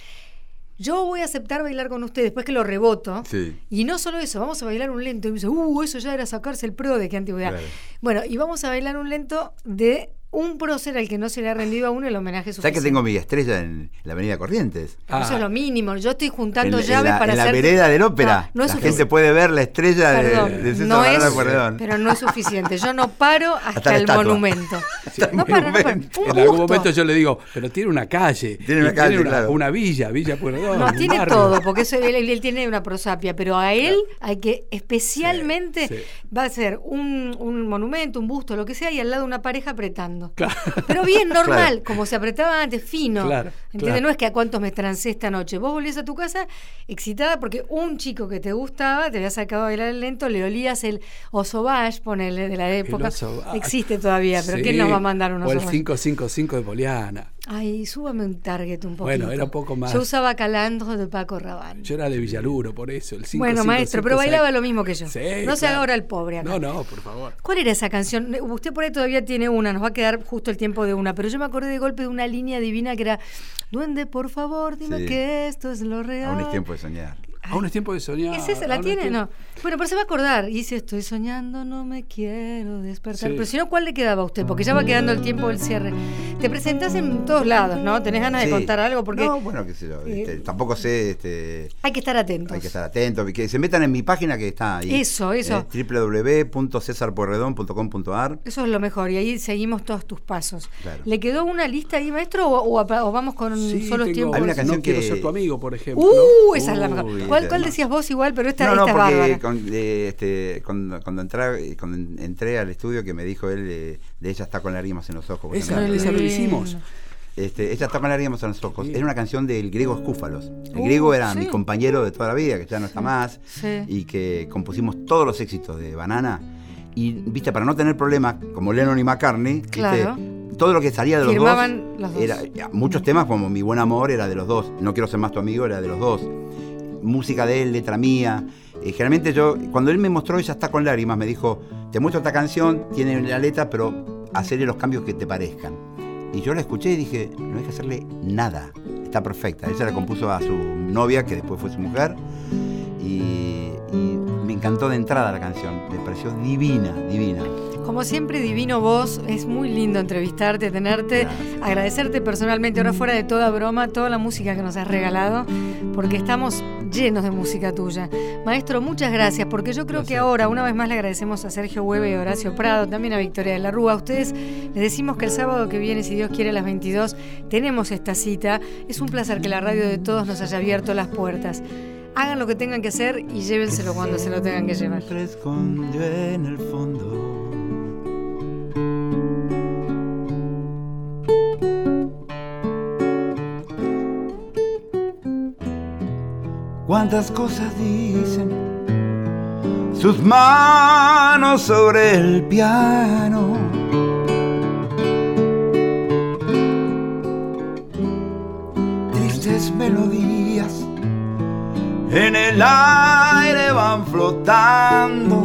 Speaker 1: yo voy a aceptar bailar con usted, después que lo reboto.
Speaker 3: Sí. Y
Speaker 1: no solo eso, vamos a bailar un lento. Y me dice, uh, eso ya era sacarse el pro de qué antigüedad. Claro. Bueno, y vamos a bailar un lento de un prócer al que no se le ha rendido aún el homenaje suficiente.
Speaker 3: ¿Sabes que tengo mi estrella en la Avenida Corrientes?
Speaker 1: Ah. Eso es lo mínimo. Yo estoy juntando
Speaker 3: en,
Speaker 1: llaves
Speaker 3: en la,
Speaker 1: para
Speaker 3: en
Speaker 1: hacer...
Speaker 3: la vereda del ópera.
Speaker 1: No, no es
Speaker 3: la
Speaker 1: sufic...
Speaker 3: gente puede ver la estrella Perdón, de, de César
Speaker 1: no
Speaker 3: Banana
Speaker 1: es,
Speaker 3: Pueyrredón.
Speaker 1: Pero no es suficiente. Yo no paro hasta, hasta el
Speaker 3: estatua.
Speaker 1: monumento.
Speaker 2: Sí,
Speaker 1: no paro, no paro. Un
Speaker 2: en
Speaker 1: gusto.
Speaker 2: algún momento yo le digo, pero tiene una calle.
Speaker 3: Tiene una calle,
Speaker 2: tiene una,
Speaker 3: claro.
Speaker 2: una villa, Villa Pueyrredón.
Speaker 1: No, tiene
Speaker 2: barrio.
Speaker 1: todo, porque eso, él, él tiene una prosapia, pero a él hay que especialmente, sí, sí. va a ser un, un monumento, un busto, lo que sea, y al lado una pareja apretando.
Speaker 2: Claro.
Speaker 1: Pero bien, normal.
Speaker 3: Claro.
Speaker 1: Como se apretaba antes, fino.
Speaker 2: Claro,
Speaker 1: ¿Entiendes?
Speaker 2: claro.
Speaker 1: No es que a cuántos me trancé esta noche. Vos volvías a tu casa excitada porque un chico que te gustaba te había sacado a bailar el lento, le olías el Osobage, ponele, de la época. Existe todavía, pero sí. ¿Quién nos va a mandar un
Speaker 2: Osobage? O el
Speaker 1: cinco
Speaker 2: cinco cinco cinco de Poliana.
Speaker 1: Ay, súbame un target un poquito.
Speaker 2: Bueno, era un poco más.
Speaker 1: Yo usaba Calandro de Paco Rabanne.
Speaker 2: Yo era de Villaluro, por eso. El cinco,
Speaker 1: bueno,
Speaker 2: cinco,
Speaker 1: maestro,
Speaker 2: cinco,
Speaker 1: pero bailaba
Speaker 2: seis.
Speaker 1: Lo mismo que yo.
Speaker 2: Sí,
Speaker 1: no
Speaker 2: claro.
Speaker 1: se haga ahora el pobre acá.
Speaker 2: No, no, por favor.
Speaker 1: ¿Cuál era esa canción? Usted por ahí todavía tiene una, nos va a quedar justo el tiempo de una, pero yo me acordé de golpe de una línea divina que era: duende, por favor, dime sí. que esto es lo real.
Speaker 3: Aún es tiempo de soñar.
Speaker 2: Ay, Aún es tiempo de soñar.
Speaker 1: ¿Es esa? ¿La tiene? No. Bueno, pero se va a acordar. Y si estoy soñando, no me quiero despertar. Sí. Pero si no, ¿cuál le quedaba a usted? Porque ya va quedando el tiempo del cierre. Te presentás en todos lados, ¿no? ¿Tenés ganas sí. de contar algo? Porque,
Speaker 3: no, bueno, qué sé yo. Eh, este, tampoco sé... Este,
Speaker 1: hay que estar atentos.
Speaker 3: Hay que estar atentos. Que se metan en mi página que está ahí.
Speaker 1: Eso, eso.
Speaker 3: Eh, doble u doble u doble u punto cesar pueyrredón punto com punto a r.
Speaker 1: Eso es lo mejor. Y ahí seguimos todos tus pasos.
Speaker 3: Claro.
Speaker 1: ¿Le quedó una lista ahí, maestro? ¿O, o, o vamos con
Speaker 2: sí,
Speaker 1: solo
Speaker 2: tengo,
Speaker 1: tiempo?
Speaker 2: Hay una canción
Speaker 3: no
Speaker 2: que... quiero ser tu amigo, por ejemplo.
Speaker 1: Uh, esa uh, es la mejor.
Speaker 3: Uy,
Speaker 1: ¿Cuál, cuál decías vos igual? Pero esta,
Speaker 3: no, no,
Speaker 1: esta
Speaker 3: porque
Speaker 1: bárbara.
Speaker 3: Con, eh, este, cuando, cuando, entré, cuando entré al estudio que me dijo él eh, de Ella está con lágrimas en los ojos.
Speaker 2: Esa, esa lo hicimos.
Speaker 3: Este, Ella está con lágrimas en los ojos. Sí. Era una canción del griego Escúfalos. El uh, griego era sí. mi compañero de toda la vida, que ya no está más,
Speaker 1: sí.
Speaker 3: y que compusimos todos los éxitos de Banana. Y, viste, para no tener problemas, como Lennon y McCartney,
Speaker 1: claro.
Speaker 3: ¿viste? Todo lo que salía de los
Speaker 1: Firmaban
Speaker 3: dos,
Speaker 1: los dos.
Speaker 3: Era, muchos temas como Mi buen amor era de los dos, No quiero ser más tu amigo era de los dos, música de él, letra mía. Eh, generalmente yo, cuando él me mostró Ella está con lágrimas, me dijo, te muestro esta canción, tiene la letra, pero hacerle los cambios que te parezcan. Y yo la escuché y dije, no hay que hacerle nada, está perfecta. Ella la compuso a su novia, que después fue su mujer, y, y me encantó de entrada la canción, me pareció divina, divina.
Speaker 1: Como siempre, divino vos, es muy lindo entrevistarte, tenerte, gracias. Agradecerte personalmente, ahora fuera de toda broma, toda la música que nos has regalado, porque estamos llenos de música tuya. Maestro, muchas gracias, porque yo creo gracias. que ahora, una vez más, le agradecemos a Sergio Hueve y Horacio Prado, también a Victoria de la Rúa. A ustedes les decimos que el sábado que viene, si Dios quiere, a las veintidós, tenemos esta cita. Es un placer que la radio de todos nos haya abierto las puertas. Hagan lo que tengan que hacer y llévenselo cuando se lo tengan que llevar.
Speaker 3: Siempre escondió en el fondo. Cuántas cosas dicen sus manos sobre el piano. Tristes melodías en el aire van flotando.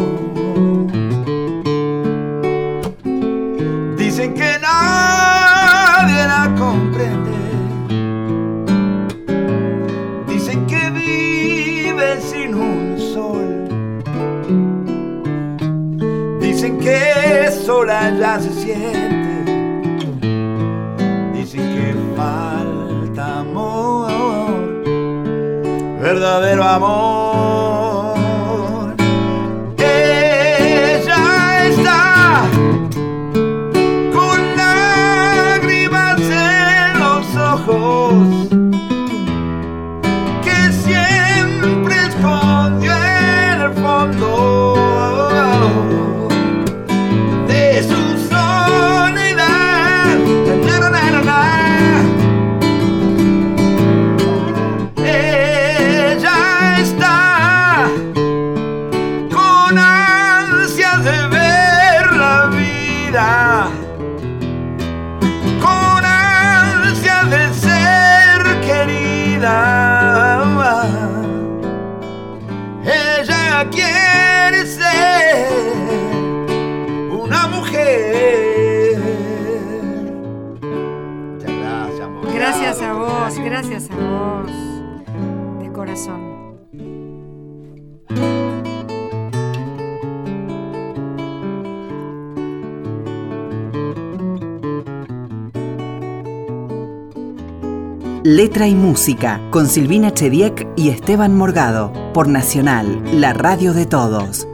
Speaker 3: Dicen que nadie la comprende. Dicen que vive sin un sol. Dicen que sola ya se siente. Dicen que falta amor, verdadero amor. Ella está con lágrimas en los ojos, que siempre escondió en el fondo de su soledad. Na, na, na, na. vida, con ansia de ser querida. Ella quiere ser una mujer. Muchas gracias, Morgado.
Speaker 1: Gracias a vos, gracias a vos, de corazón.
Speaker 4: Letra y Música, con Silvina Chediek y Esteban Morgado, por Nacional, la radio de todos.